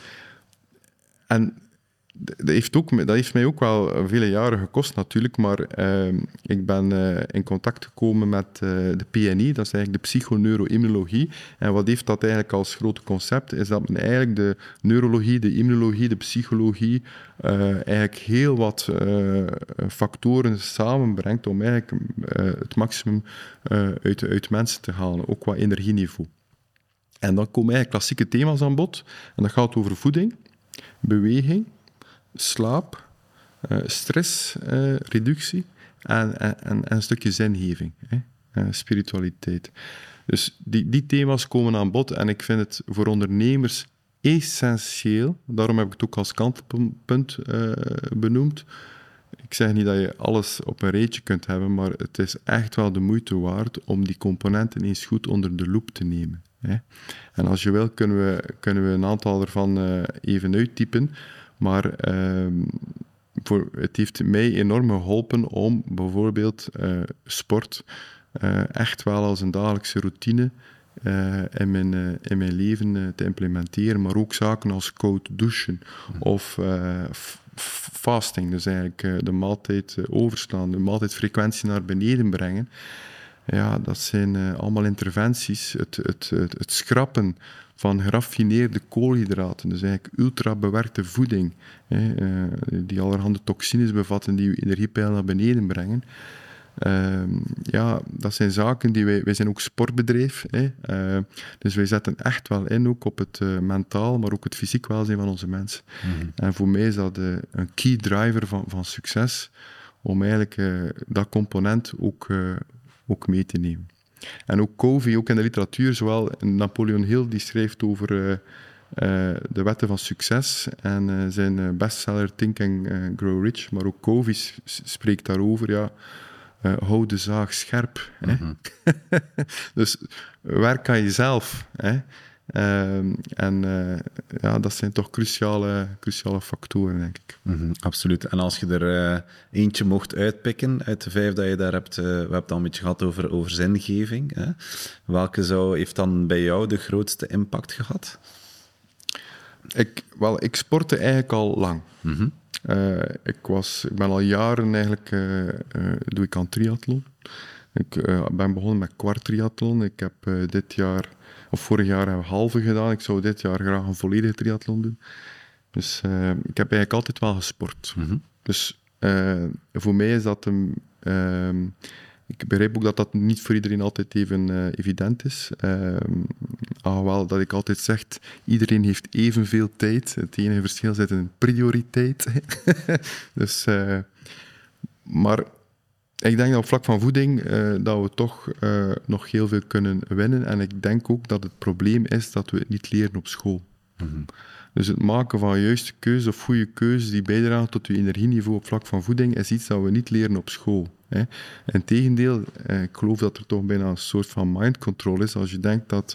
en dat heeft, ook, dat heeft mij ook wel vele jaren gekost natuurlijk, maar uh, ik ben uh, in contact gekomen met uh, de P N I, dat is eigenlijk de psychoneuroimmunologie. En wat heeft dat eigenlijk als grote concept? Is dat men eigenlijk de neurologie, de immunologie, de psychologie uh, eigenlijk heel wat uh, factoren samenbrengt om eigenlijk uh, het maximum uh, uit, uit mensen te halen, ook qua energieniveau. En dan komen eigenlijk klassieke thema's aan bod, en dat gaat over voeding, beweging, slaap, uh, stressreductie uh, en, en, en een stukje zingeving, hè? Uh, spiritualiteit. Dus die, die thema's komen aan bod en ik vind het voor ondernemers essentieel, daarom heb ik het ook als kantelpunt uh, benoemd. Ik zeg niet dat je alles op een rijtje kunt hebben, maar het is echt wel de moeite waard om die componenten eens goed onder de loep te nemen. Hè? En als je wil, kunnen we, kunnen we een aantal ervan uh, even uittypen. Maar uh, voor, het heeft mij enorm geholpen om bijvoorbeeld uh, sport uh, echt wel als een dagelijkse routine uh, in, mijn, uh, in mijn leven uh, te implementeren. Maar ook zaken als koud douchen of uh, f- fasting. Dus eigenlijk uh, de maaltijd uh, overslaan, de maaltijdfrequentie naar beneden brengen. Ja, dat zijn uh, allemaal interventies. Het, het, het, het schrappen van geraffineerde koolhydraten, dus eigenlijk ultra-bewerkte voeding, hè, uh, die allerhande toxines bevatten die je energiepeil naar beneden brengen. Uh, ja, dat zijn zaken die wij... Wij zijn ook sportbedrijf, hè, uh, dus wij zetten echt wel in ook op het uh, mentaal, maar ook het fysiek welzijn van onze mensen. Mm-hmm. En voor mij is dat uh, een key driver van, van succes, om eigenlijk uh, dat component ook, uh, ook mee te nemen. En ook Covey, ook in de literatuur, zowel Napoleon Hill, die schrijft over uh, uh, de wetten van succes en uh, zijn uh, bestseller Think and uh, Grow Rich, maar ook Covey s- spreekt daarover, ja, uh, hou de zaag scherp. Mm-hmm. Hè? Dus werk aan jezelf. Hè? Uh, en uh, ja, dat zijn toch cruciale, cruciale factoren, denk ik. Mm-hmm, absoluut. En als je er uh, eentje mocht uitpikken uit de vijf dat je daar hebt, uh, we hebben het al een beetje gehad over, over zingeving. Hè? Welke zou, heeft dan bij jou de grootste impact gehad? Ik, wel, ik sportte eigenlijk al lang. Mm-hmm. Uh, ik, was, ik ben al jaren eigenlijk, uh, uh, doe ik aan triathlon. Ik uh, ben begonnen met kwart triathlon. Ik heb uh, dit jaar, of vorig jaar, een halve gedaan. Ik zou dit jaar graag een volledige triathlon doen. Dus uh, ik heb eigenlijk altijd wel gesport. Mm-hmm. Dus uh, voor mij is dat een... Uh, ik begrijp ook dat dat niet voor iedereen altijd even uh, evident is. Uh, alhoewel dat ik altijd zeg, iedereen heeft evenveel tijd. Het enige verschil zit in prioriteit. dus, uh, maar ik denk dat op vlak van voeding uh, dat we toch uh, nog heel veel kunnen winnen. En ik denk ook dat het probleem is dat we het niet leren op school. Mm-hmm. Dus het maken van juiste keuzes of goede keuzes die bijdragen tot je energieniveau op vlak van voeding is iets dat we niet leren op school. Hè. Integendeel, eh, ik geloof dat er toch bijna een soort van mind control is als je denkt dat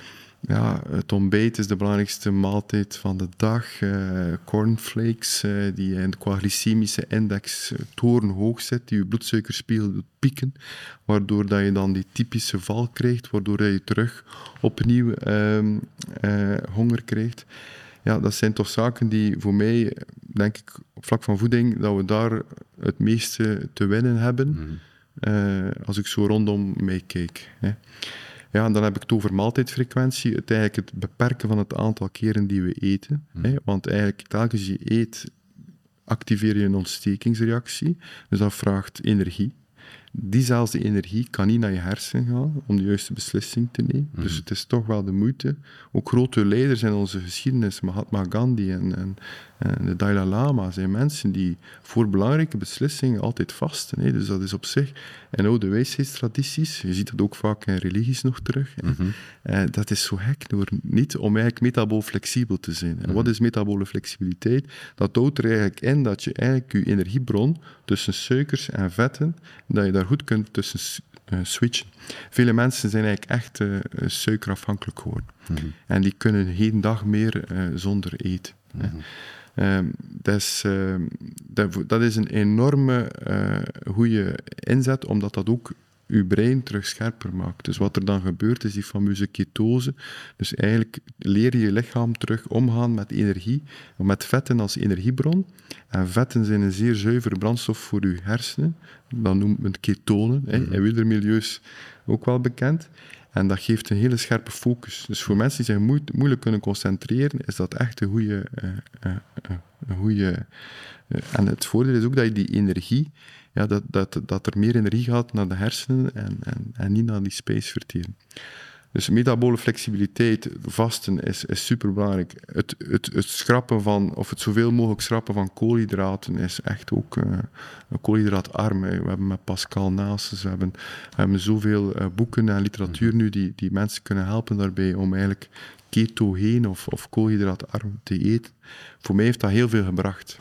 ja, het ontbijt is de belangrijkste maaltijd van de dag. Uh, cornflakes, uh, die qua glycemische index uh, torenhoog zit, die je bloedsuikerspiegel doet pieken, waardoor dat je dan die typische val krijgt, waardoor je terug opnieuw uh, uh, honger krijgt. Ja, dat zijn toch zaken die voor mij, denk ik, op vlak van voeding, dat we daar het meeste te winnen hebben, mm. uh, als ik zo rondom mij kijk. Hè. Ja, en dan heb ik het over maaltijdfrequentie, het eigenlijk het beperken van het aantal keren die we eten. Mm. Hè, want eigenlijk, telkens je eet, activeer je een ontstekingsreactie, dus dat vraagt energie. Diezelfde energie kan niet naar je hersenen gaan om de juiste beslissing te nemen. Mm-hmm. Dus het is toch wel de moeite. Ook grote leiders in onze geschiedenis, Mahatma Gandhi en, en, en de Dalai Lama, zijn mensen die voor belangrijke beslissingen altijd vasten. Hè. Dus dat is op zich in oude wijsheidstradities. Je ziet dat ook vaak in religies nog terug. Mm-hmm. Eh, dat is zo gek door niet om eigenlijk metabool flexibel te zijn. Mm-hmm. En wat is metabole flexibiliteit? Dat houdt er eigenlijk in dat je eigenlijk je energiebron tussen suikers en vetten, dat je daar goed kunt tussen uh, switchen. Vele mensen zijn eigenlijk echt uh, suikerafhankelijk geworden. Mm-hmm. En die kunnen geen dag meer uh, zonder eten. Mm-hmm. Uh, dat, is, uh, dat, dat is een enorme uh, goede inzet, omdat dat ook je brein terug scherper maakt. Dus wat er dan gebeurt, is die fameuze ketose. Dus eigenlijk leer je je lichaam terug omgaan met energie, met vetten als energiebron. En vetten zijn een zeer zuivere brandstof voor je hersenen. Dat noemt men ketonen, hè, in wielermilieus ook wel bekend. En dat geeft een hele scherpe focus. Dus voor mensen die zich moe- moeilijk kunnen concentreren, is dat echt een goede... Uh, uh, uh, een goede uh, en het voordeel is ook dat je die energie... Ja, dat, dat, dat er meer energie gaat naar de hersenen en, en, en niet naar die spijsvertering. Dus metabole flexibiliteit, vasten, is, is superbelangrijk. Het, het, het schrappen van, of het zoveel mogelijk schrappen van koolhydraten is echt ook uh, koolhydraatarm. We hebben met Pascal Naessens, we hebben, we hebben zoveel uh, boeken en literatuur nu die, die mensen kunnen helpen daarbij om eigenlijk ketogeen of, of koolhydraatarm te eten. Voor mij heeft dat heel veel gebracht.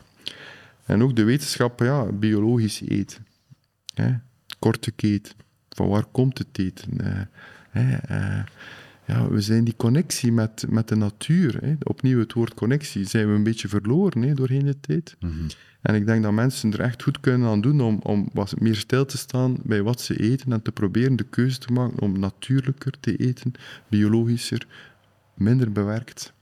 En ook de wetenschap, ja, biologisch eten. Hè? Korte keten. Van waar komt het eten? Uh, hè? Uh, ja, we zijn die connectie met, met de natuur. Hè? Opnieuw het woord connectie. Zijn we een beetje verloren hè, doorheen de tijd. Mm-hmm. En ik denk dat mensen er echt goed kunnen aan doen om, om wat meer stil te staan bij wat ze eten en te proberen de keuze te maken om natuurlijker te eten, biologischer, minder bewerkt.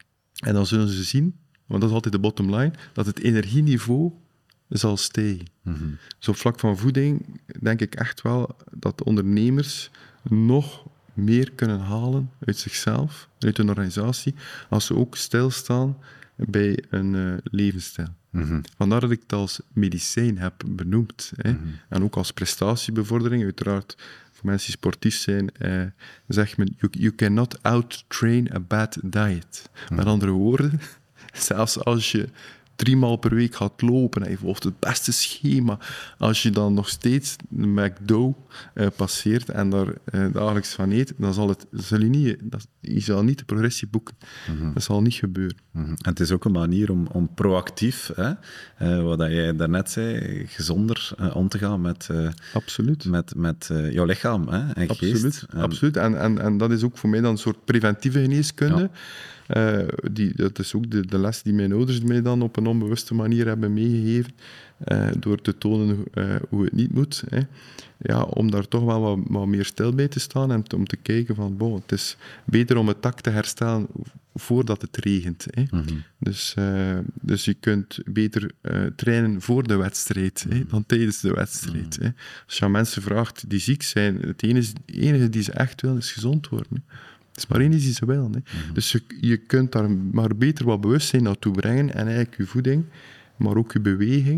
En dan zullen ze zien, want dat is altijd de bottom line, dat het energieniveau zal stijgen. Mm-hmm. Dus op vlak van voeding denk ik echt wel dat ondernemers nog meer kunnen halen uit zichzelf, uit hun organisatie, als ze ook stilstaan bij een uh, levensstijl. Mm-hmm. Vandaar dat ik het als medicijn heb benoemd. Hè. Mm-hmm. En ook als prestatiebevordering, uiteraard, voor mensen die sportief zijn, eh, zegt men, you, you cannot out-train a bad diet. Mm-hmm. Met andere woorden, zelfs als je drie maal per week gaat lopen en je volgt het beste schema, als je dan nog steeds de McDo uh, passeert en daar uh, dagelijks van eet, dan zal, het, zal je, niet, dat, je zal niet de progressie boeken. Mm-hmm. Dat zal niet gebeuren. Mm-hmm. En het is ook een manier om, om proactief, hè, uh, wat jij daarnet zei, gezonder uh, om te gaan met, uh, Absoluut. met, met uh, jouw lichaam hè, en Absoluut. geest. En, Absoluut. En, en, en dat is ook voor mij dan een soort preventieve geneeskunde. Ja. Uh, die, dat is ook de, de les die mijn ouders mij dan op een onbewuste manier hebben meegegeven, uh, door te tonen uh, hoe het niet moet. Hè. Ja, om daar toch wel wat, wat meer stil bij te staan en te, om te kijken van, bon, het is beter om het dak te herstellen voordat het regent. Hè. Mm-hmm. Dus, uh, dus je kunt beter uh, trainen voor de wedstrijd, mm-hmm. hè, dan tijdens de wedstrijd. Mm-hmm. Hè. Als je aan mensen vraagt die ziek zijn, het enige, het enige die ze echt willen is gezond worden. Hè. Het is maar één iets die ze willen. Hè. Mm-hmm. Dus je, je kunt daar maar beter wat bewustzijn naartoe brengen en eigenlijk je voeding, maar ook je beweging,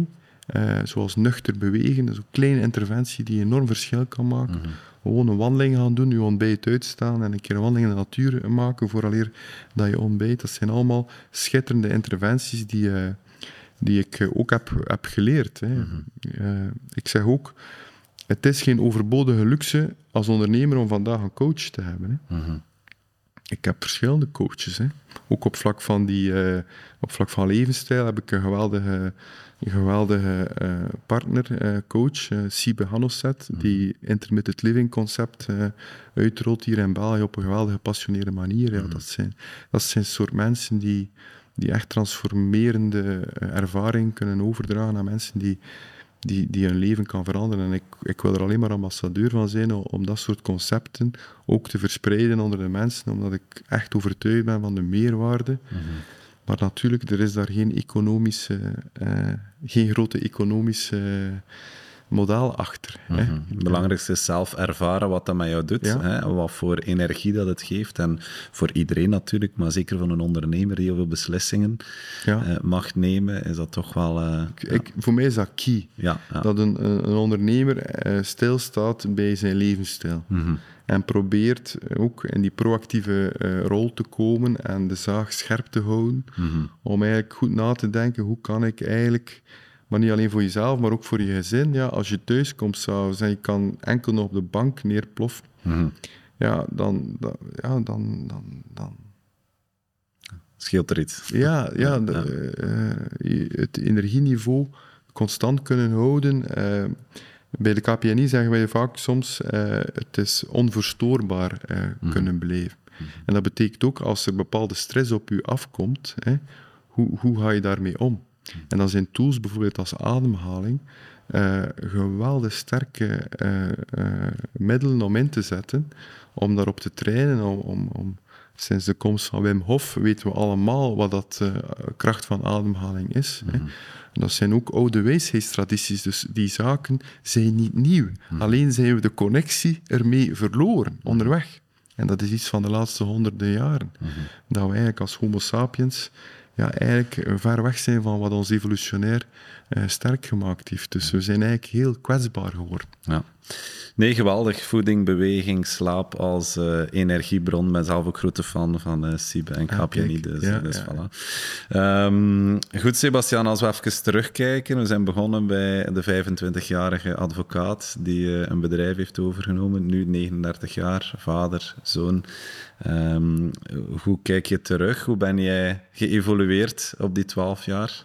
uh, zoals nuchter bewegen. Dat is een kleine interventie die enorm verschil kan maken. Mm-hmm. Gewoon een wandeling gaan doen, je ontbijt uitstaan en een keer een wandeling in de natuur maken vooraleer dat je ontbijt. Dat zijn allemaal schitterende interventies die, uh, die ik ook heb, heb geleerd. Hè. Mm-hmm. Uh, ik zeg ook, het is geen overbodige luxe als ondernemer om vandaag een coach te hebben. Hè. Mm-hmm. Ik heb verschillende coaches. Hè. Ook op vlak van, die, uh, op vlak van levensstijl heb ik een geweldige, een geweldige uh, partner, uh, coach, uh, Sibe Hannoset, mm-hmm. die intermittent living concept uh, uitrolt hier in België op een geweldige, gepassioneerde manier. Mm-hmm. Ja, dat zijn, dat zijn soort mensen die, die echt transformerende uh, ervaring kunnen overdragen aan mensen die Die, die hun leven kan veranderen. En ik, ik wil er alleen maar ambassadeur van zijn om, om dat soort concepten ook te verspreiden onder de mensen, omdat ik echt overtuigd ben van de meerwaarde. Mm-hmm. Maar natuurlijk, er is daar geen economische, uh, geen grote economische uh, model achter. Mm-hmm. Hè. Het belangrijkste is zelf ervaren wat dat met jou doet, ja. hè, wat voor energie dat het geeft. En voor iedereen natuurlijk, maar zeker van een ondernemer die heel veel beslissingen ja. uh, mag nemen, is dat toch wel... Uh, ik, ja. Voor mij is dat key. Ja, ja. Dat een, een ondernemer uh, stilstaat bij zijn levensstijl. Mm-hmm. En probeert ook in die proactieve uh, rol te komen en de zaag scherp te houden. Mm-hmm. Om eigenlijk goed na te denken, hoe kan ik eigenlijk... Maar niet alleen voor jezelf, maar ook voor je gezin. Ja, als je thuis komt s'avonds en je kan enkel nog op de bank neerploffen, mm-hmm. ja, dan... dan, ja, dan, dan, dan... scheelt er iets. Ja, ja, de, uh, het energieniveau constant kunnen houden. Uh, bij de K P N I zeggen wij vaak soms, uh, het is onverstoorbaar uh, mm-hmm. kunnen blijven. Mm-hmm. En dat betekent ook, als er bepaalde stress op je afkomt, hè, hoe, hoe ga je daarmee om? En dan zijn tools bijvoorbeeld als ademhaling uh, geweldig sterke uh, uh, middelen om in te zetten, om daarop te trainen. Om, om, om, sinds de komst van Wim Hof weten we allemaal wat dat uh, kracht van ademhaling is. Mm-hmm. Hè. En dat zijn ook oude wijsheidstradities, dus die zaken zijn niet nieuw. Mm-hmm. Alleen zijn we de connectie ermee verloren, onderweg. En dat is iets van de laatste honderden jaren. Mm-hmm. Dat we eigenlijk als homo sapiens... ja, eigenlijk ver weg zijn van wat ons evolutionair uh, sterk gemaakt heeft. Dus we zijn eigenlijk heel kwetsbaar geworden. Ja. Nee, geweldig. Voeding, beweging, slaap als uh, energiebron. Ik ben zelf ook grote fan van uh, Sibe en K P N I. Dus, ja, dus ja. Voilà. Um, goed, Sebastiaan, als we even terugkijken. We zijn begonnen bij de vijfentwintigjarige advocaat die uh, een bedrijf heeft overgenomen. Nu negenendertig jaar, vader, zoon. Um, hoe kijk je terug? Hoe ben jij geëvolueerd op die twaalf jaar?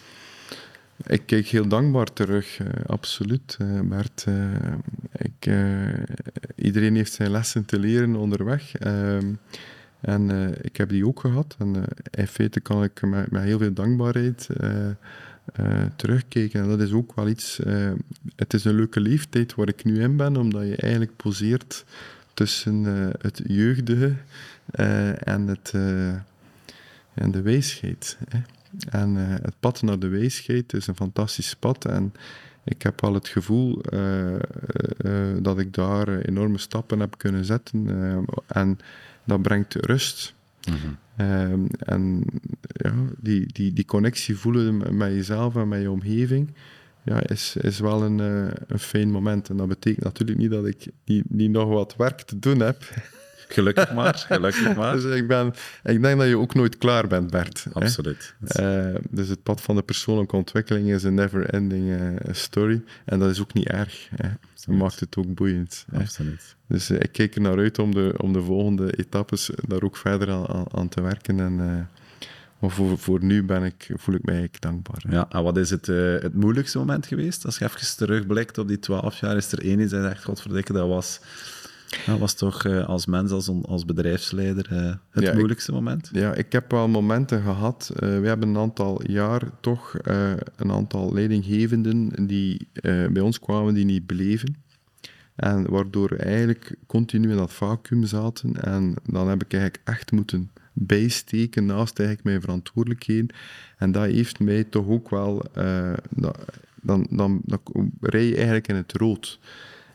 Ik kijk heel dankbaar terug, uh, absoluut, uh, Bert. Uh, ik, uh, iedereen heeft zijn lessen te leren onderweg. Uh, en uh, ik heb die ook gehad. En uh, in feite kan ik met, met heel veel dankbaarheid uh, uh, terugkijken. En dat is ook wel iets... Uh, het is een leuke leeftijd waar ik nu in ben, omdat je eigenlijk poseert tussen uh, het jeugdige uh, en, het, uh, en de wijsheid. Hè. En uh, het pad naar de wijsheid is een fantastisch pad. En ik heb al het gevoel uh, uh, dat ik daar uh, enorme stappen heb kunnen zetten. Uh, en dat brengt rust. Mm-hmm. Uh, en ja, die, die, die connectie voelen met jezelf en met je omgeving, ja, is, is wel een, uh, een fijn moment. En dat betekent natuurlijk niet dat ik niet, niet nog wat werk te doen heb. Gelukkig maar, gelukkig maar. Dus ik, ben, ik denk dat je ook nooit klaar bent, Bert. Absoluut. Uh, dus het pad van de persoonlijke ontwikkeling is een never-ending uh, story. En dat is ook niet erg. Hè. Dat maakt het ook boeiend. Absoluut. Hè. Dus uh, ik kijk er naar uit om de, om de volgende etappes daar ook verder aan, aan te werken. En, uh, maar voor, voor nu ben ik, voel ik mij eigenlijk dankbaar. Hè. Ja, en wat is het, uh, het moeilijkste moment geweest? Als je even terugblikt op die twaalf jaar, is er één iets dat je zegt, godverdikke, dat was... Dat was toch uh, als mens, als, als bedrijfsleider, uh, het ja, moeilijkste ik, moment? Ja, ik heb wel momenten gehad. Uh, we hebben een aantal jaar toch uh, een aantal leidinggevenden die uh, bij ons kwamen die niet bleven. En waardoor we eigenlijk continu in dat vacuüm zaten. En dan heb ik eigenlijk echt moeten bijsteken naast eigenlijk mijn verantwoordelijkheden. En dat heeft mij toch ook wel... Uh, dat, dan, dan, dan rij je eigenlijk in het rood.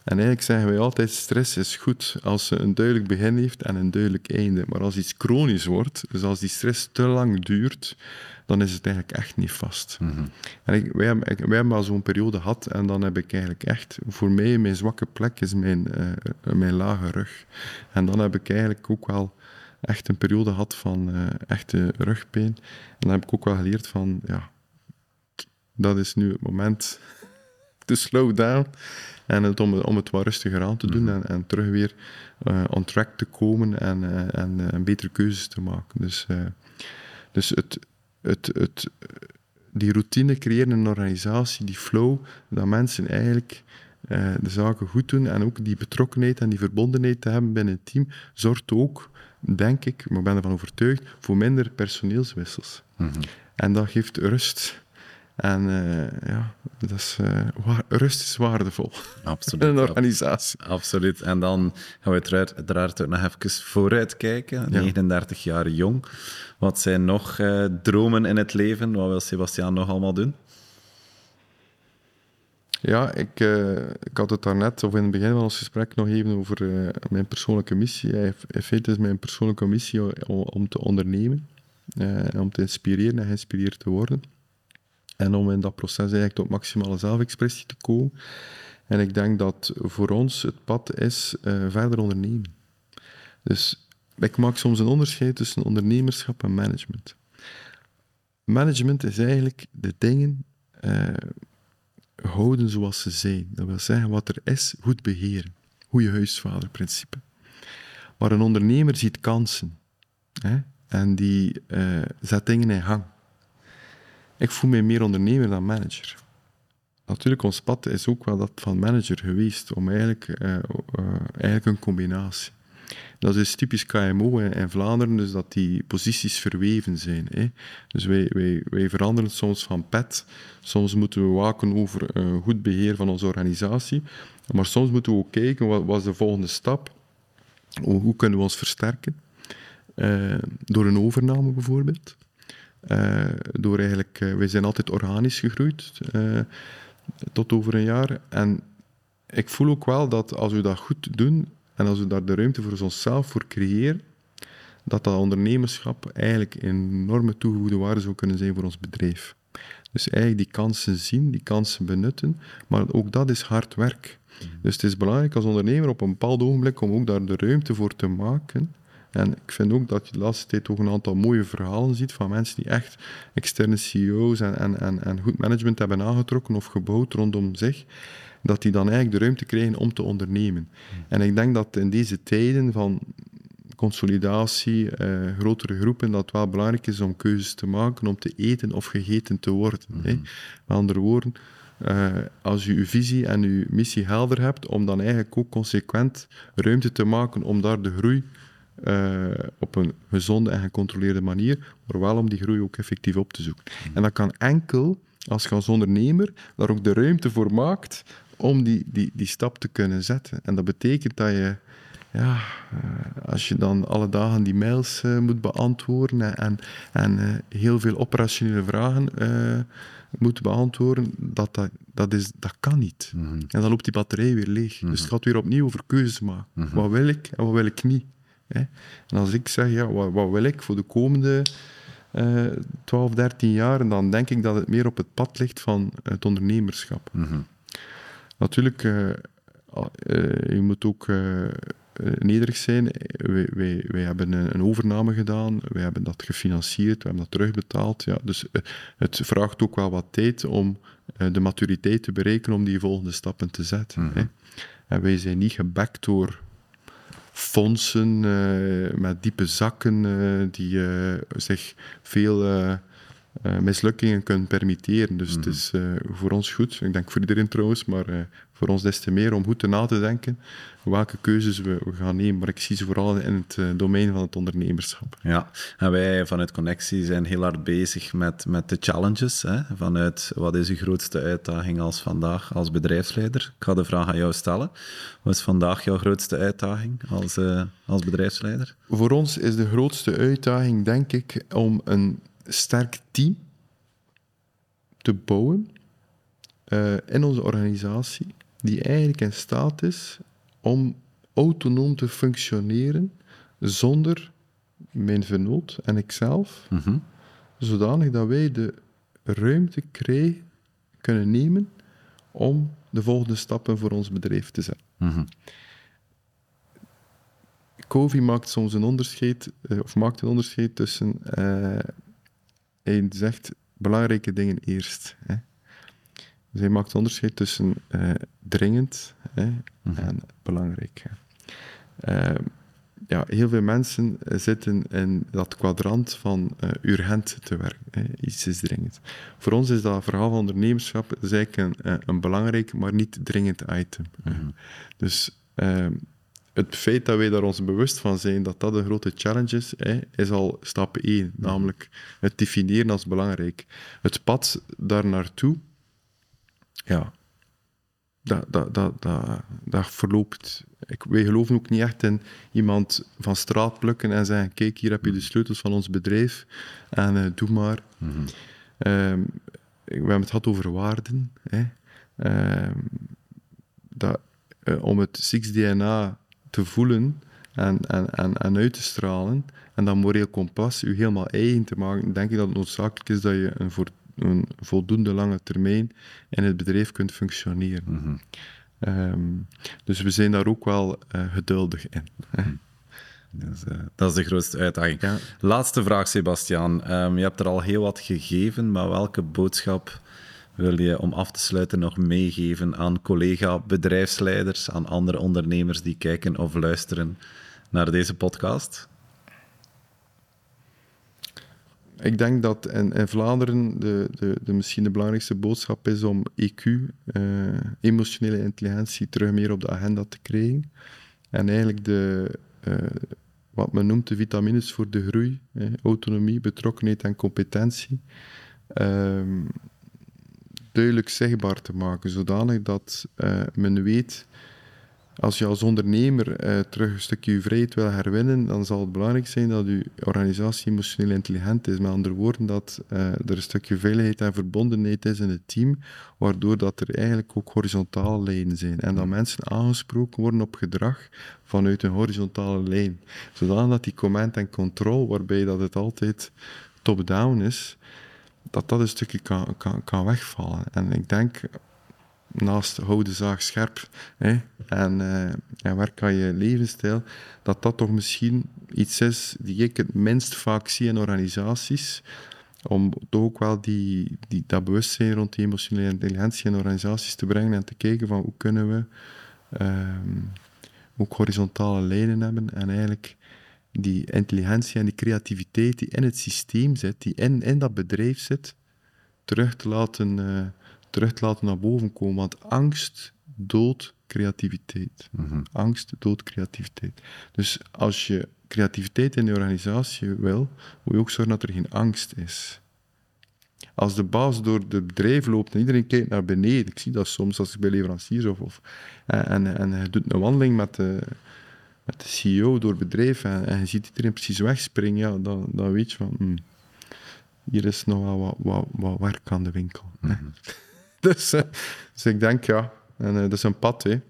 En eigenlijk zeggen wij altijd, stress is goed als ze een duidelijk begin heeft en een duidelijk einde. Maar als iets chronisch wordt, dus als die stress te lang duurt, dan is het eigenlijk echt niet vast. Mm-hmm. En ik, wij, hebben, ik, wij hebben al zo'n periode gehad en dan heb ik eigenlijk echt, voor mij, mijn zwakke plek is mijn, uh, mijn lage rug. En dan heb ik eigenlijk ook wel echt een periode gehad van uh, echte rugpijn. En dan heb ik ook wel geleerd van, ja, dat is nu het moment te slow down en het, om, om het wat rustiger aan te doen mm-hmm. en, en terug weer uh, on track te komen en, uh, en uh, betere keuzes te maken. Dus, uh, dus het, het, het, die routine creëren in een organisatie, die flow, dat mensen eigenlijk uh, de zaken goed doen en ook die betrokkenheid en die verbondenheid te hebben binnen het team, zorgt ook, denk ik, maar ik ben ervan overtuigd, voor minder personeelswissels. Mm-hmm. En dat geeft rust. En uh, ja, dat is, uh, waar, rust is waardevol. Absoluut. In een organisatie. Absoluut. En dan gaan we uiteraard, uiteraard ook nog even vooruitkijken. Ja. negenendertig jaar jong. Wat zijn nog uh, dromen in het leven? Wat wil Sebastiaan nog allemaal doen? Ja, ik, uh, ik had het daarnet, of in het begin van ons gesprek, nog even over uh, mijn persoonlijke missie. In feite is mijn persoonlijke missie om, om te ondernemen. Uh, om te inspireren en geïnspireerd te worden. En om in dat proces eigenlijk tot maximale zelfexpressie te komen. En ik denk dat voor ons het pad is uh, verder ondernemen. Dus ik maak soms een onderscheid tussen ondernemerschap en management. Management is eigenlijk de dingen uh, houden zoals ze zijn. Dat wil zeggen, wat er is, goed beheren. Goeie huisvaderprincipe. Maar een ondernemer ziet kansen. Hè? En die uh, zet dingen in gang. Ik voel mij meer ondernemer dan manager. Natuurlijk, ons pad is ook wel dat van manager geweest, om eigenlijk, uh, uh, eigenlijk een combinatie. Dat is typisch K M O in, in Vlaanderen, dus dat die posities verweven zijn. Hè. Dus wij, wij, wij veranderen soms van pet. Soms moeten we waken over uh, goed beheer van onze organisatie. Maar soms moeten we ook kijken, wat, wat is de volgende stap? Hoe, hoe kunnen we ons versterken? Uh, door een overname bijvoorbeeld. Uh, door eigenlijk, uh, wij zijn altijd organisch gegroeid, uh, tot over een jaar. En ik voel ook wel dat als we dat goed doen, en als we daar de ruimte voor onszelf voor creëren, dat dat ondernemerschap eigenlijk een enorme toegevoegde waarde zou kunnen zijn voor ons bedrijf. Dus eigenlijk die kansen zien, die kansen benutten, maar ook dat is hard werk. Mm. Dus het is belangrijk als ondernemer op een bepaald ogenblik om ook daar de ruimte voor te maken. En ik vind ook dat je de laatste tijd ook een aantal mooie verhalen ziet van mensen die echt externe C E O's en, en, en, en goed management hebben aangetrokken of gebouwd rondom zich, dat die dan eigenlijk de ruimte krijgen om te ondernemen. Mm. En ik denk dat in deze tijden van consolidatie, uh, grotere groepen, dat het wel belangrijk is om keuzes te maken, om te eten of gegeten te worden. Mm-hmm. Hè. Met andere woorden, uh, als je je visie en je missie helder hebt, om dan eigenlijk ook consequent ruimte te maken om daar de groei uh, op een gezonde en gecontroleerde manier, maar wel om die groei ook effectief op te zoeken. Mm-hmm. En dat kan enkel als je als ondernemer daar ook de ruimte voor maakt om die, die, die stap te kunnen zetten. En dat betekent dat je Ja, uh, als je dan alle dagen die mails uh, moet beantwoorden en, en, en uh, heel veel operationele vragen uh, moet beantwoorden, dat, dat, dat, is, dat kan niet. Mm-hmm. En dan loopt die batterij weer leeg. Mm-hmm. Dus het gaat weer opnieuw over keuzes maken. Mm-hmm. Wat wil ik en wat wil ik niet? Hè? En als ik zeg, ja, wat, wat wil ik voor de komende uh, twaalf, dertien jaar, dan denk ik dat het meer op het pad ligt van het ondernemerschap. Mm-hmm. Natuurlijk, uh, uh, je moet ook... Uh, Uh, nederig zijn. Wij, wij, wij hebben een, een overname gedaan, wij hebben dat gefinancierd, we hebben dat terugbetaald. Ja, dus uh, het vraagt ook wel wat tijd om uh, de maturiteit te bereiken om die volgende stappen te zetten. Mm-hmm. Hè. En wij zijn niet gebackt door fondsen uh, met diepe zakken uh, die uh, zich veel uh, uh, mislukkingen kunnen permitteren. Dus mm-hmm. het is uh, voor ons goed, ik denk voor iedereen trouwens, maar uh, voor ons des te meer om goed te na te denken welke keuzes we, we gaan nemen. Maar ik zie ze vooral in het uh, domein van het ondernemerschap. Ja, en wij vanuit Connexie zijn heel hard bezig met, met de challenges. Hè? Vanuit wat is uw grootste uitdaging als vandaag als bedrijfsleider? Ik ga de vraag aan jou stellen. Wat is vandaag jouw grootste uitdaging als, uh, als bedrijfsleider? Voor ons is de grootste uitdaging, denk ik, om een sterk team te bouwen uh, in onze organisatie, die eigenlijk in staat is om autonoom te functioneren zonder mijn vernoot en ikzelf, Mm-hmm. zodanig dat wij de ruimte krijgen, kunnen nemen om de volgende stappen voor ons bedrijf te zetten. Mm-hmm. Covey maakt soms een onderscheid, of maakt een onderscheid tussen, uh, hij zegt, belangrijke dingen eerst. Hè. Dus hij maakt een onderscheid tussen uh, dringend hè, mm-hmm. en belangrijk. Uh, ja, heel veel mensen zitten in dat kwadrant van uh, urgent te werken. Hè. Iets is dringend. Voor ons is dat verhaal van ondernemerschap is eigenlijk een, een belangrijk, maar niet dringend item. Mm-hmm. Dus uh, het feit dat wij daar ons bewust van zijn dat dat een grote challenge is, hè, is al stap één. Mm-hmm. Namelijk het definiëren als belangrijk. Het pad daar naartoe, ja, dat, dat, dat, dat, dat verloopt. Ik, wij geloven ook niet echt in iemand van straat plukken en zeggen, kijk, hier heb je de sleutels van ons bedrijf en uh, doe maar. Mm-hmm. Um, we hebben het gehad over waarden. Hè. Um, dat, uh, om het six D N A te voelen en, en, en, en uit te stralen en dat moreel kompas je helemaal eigen te maken, denk ik dat het noodzakelijk is dat je een, voor, een voldoende lange termijn in het bedrijf kunt functioneren. Mm-hmm. Um, dus we zijn daar ook wel uh, geduldig in. Mm-hmm. Dus, uh, dat is de grootste uitdaging. Ja. Laatste vraag, Sebastiaan. Um, je hebt er al heel wat gegeven, maar welke boodschap wil je om af te sluiten nog meegeven aan collega-bedrijfsleiders, aan andere ondernemers die kijken of luisteren naar deze podcast? Ik denk dat in, in Vlaanderen de, de, de misschien de belangrijkste boodschap is om E Q, uh, emotionele intelligentie, terug meer op de agenda te krijgen. En eigenlijk de, uh, wat men noemt de vitamines voor de groei, eh, autonomie, betrokkenheid en competentie, uh, duidelijk zichtbaar te maken, zodanig dat uh, men weet, als je als ondernemer uh, terug een stukje je vrijheid wil herwinnen, dan zal het belangrijk zijn dat je organisatie emotioneel intelligent is. Met andere woorden, dat uh, er een stukje veiligheid en verbondenheid is in het team, waardoor dat er eigenlijk ook horizontale lijnen zijn. En dat mensen aangesproken worden op gedrag vanuit een horizontale lijn. Zodanig dat die command en control, waarbij dat het altijd top-down is, dat dat een stukje kan, kan, kan wegvallen. En ik denk, naast hou de zaag scherp hè, en, uh, en werk aan je levensstijl, dat dat toch misschien iets is die ik het minst vaak zie in organisaties, om toch ook wel die, die, dat bewustzijn rond die emotionele intelligentie in organisaties te brengen en te kijken van hoe kunnen we um, ook horizontale lijnen hebben en eigenlijk die intelligentie en die creativiteit die in het systeem zit, die in, in dat bedrijf zit, terug te laten, uh, terug te laten naar boven komen. Want angst doodt creativiteit. Mm-hmm. Angst doodt creativiteit. Dus als je creativiteit in de organisatie wil, moet je ook zorgen dat er geen angst is. Als de baas door het bedrijf loopt en iedereen kijkt naar beneden, ik zie dat soms als ik bij leveranciers of... of en, en hij doet een wandeling met de... met de C E O door het bedrijf en, en je ziet iedereen precies wegspringen, ja, dan, dan weet je van, hmm, hier is nog wel wat, wat, wat werk aan de winkel. Mm-hmm. dus, uh, dus ik denk, ja, en, uh, dat is een pad, hè.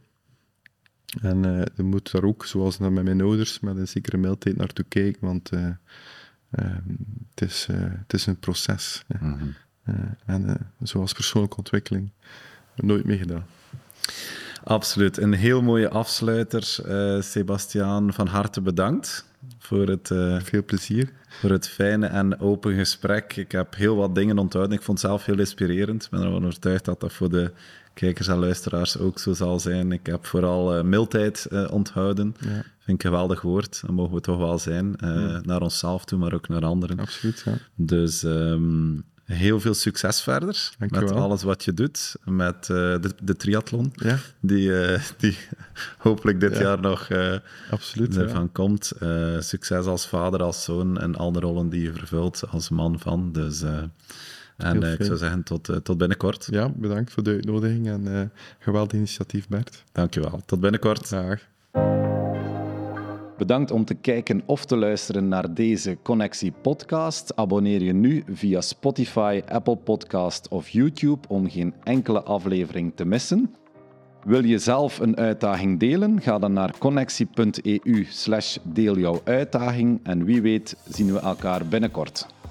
En uh, je moet daar ook, zoals met mijn ouders, met een zekere mildheid naartoe kijken, want uh, uh, het, is, uh, het is een proces. Mm-hmm. uh, en uh, zoals persoonlijke ontwikkeling, nooit mee gedaan. Absoluut. Een heel mooie afsluiter. Uh, Sebastiaan, van harte bedankt voor het, uh, Veel plezier. voor het fijne en open gesprek. Ik heb heel wat dingen onthouden. Ik vond het zelf heel inspirerend. Ik ben ervan overtuigd dat dat voor de kijkers en luisteraars ook zo zal zijn. Ik heb vooral uh, mildheid uh, onthouden. Ja. Vind ik een geweldig woord. Dat mogen we toch wel zijn. Uh, ja. Naar onszelf toe, maar ook naar anderen. Absoluut, ja. Dus... Um, heel veel succes verder met alles wat je doet, met uh, de, de triathlon, ja. die, uh, die hopelijk dit ja. jaar nog uh, Absoluut, ervan ja. komt. Uh, succes als vader, als zoon en al de rollen die je vervult als man van. Dus, uh, en uh, ik zou zeggen, tot, uh, tot binnenkort. Ja, bedankt voor de uitnodiging en uh, geweldig initiatief, Bert. Dankjewel. Tot binnenkort. Dag. Bedankt om te kijken of te luisteren naar deze Connexie-podcast. Abonneer je nu via Spotify, Apple Podcast of YouTube om geen enkele aflevering te missen. Wil je zelf een uitdaging delen? Ga dan naar connexie punt e u slash deel jouw uitdaging en wie weet zien we elkaar binnenkort.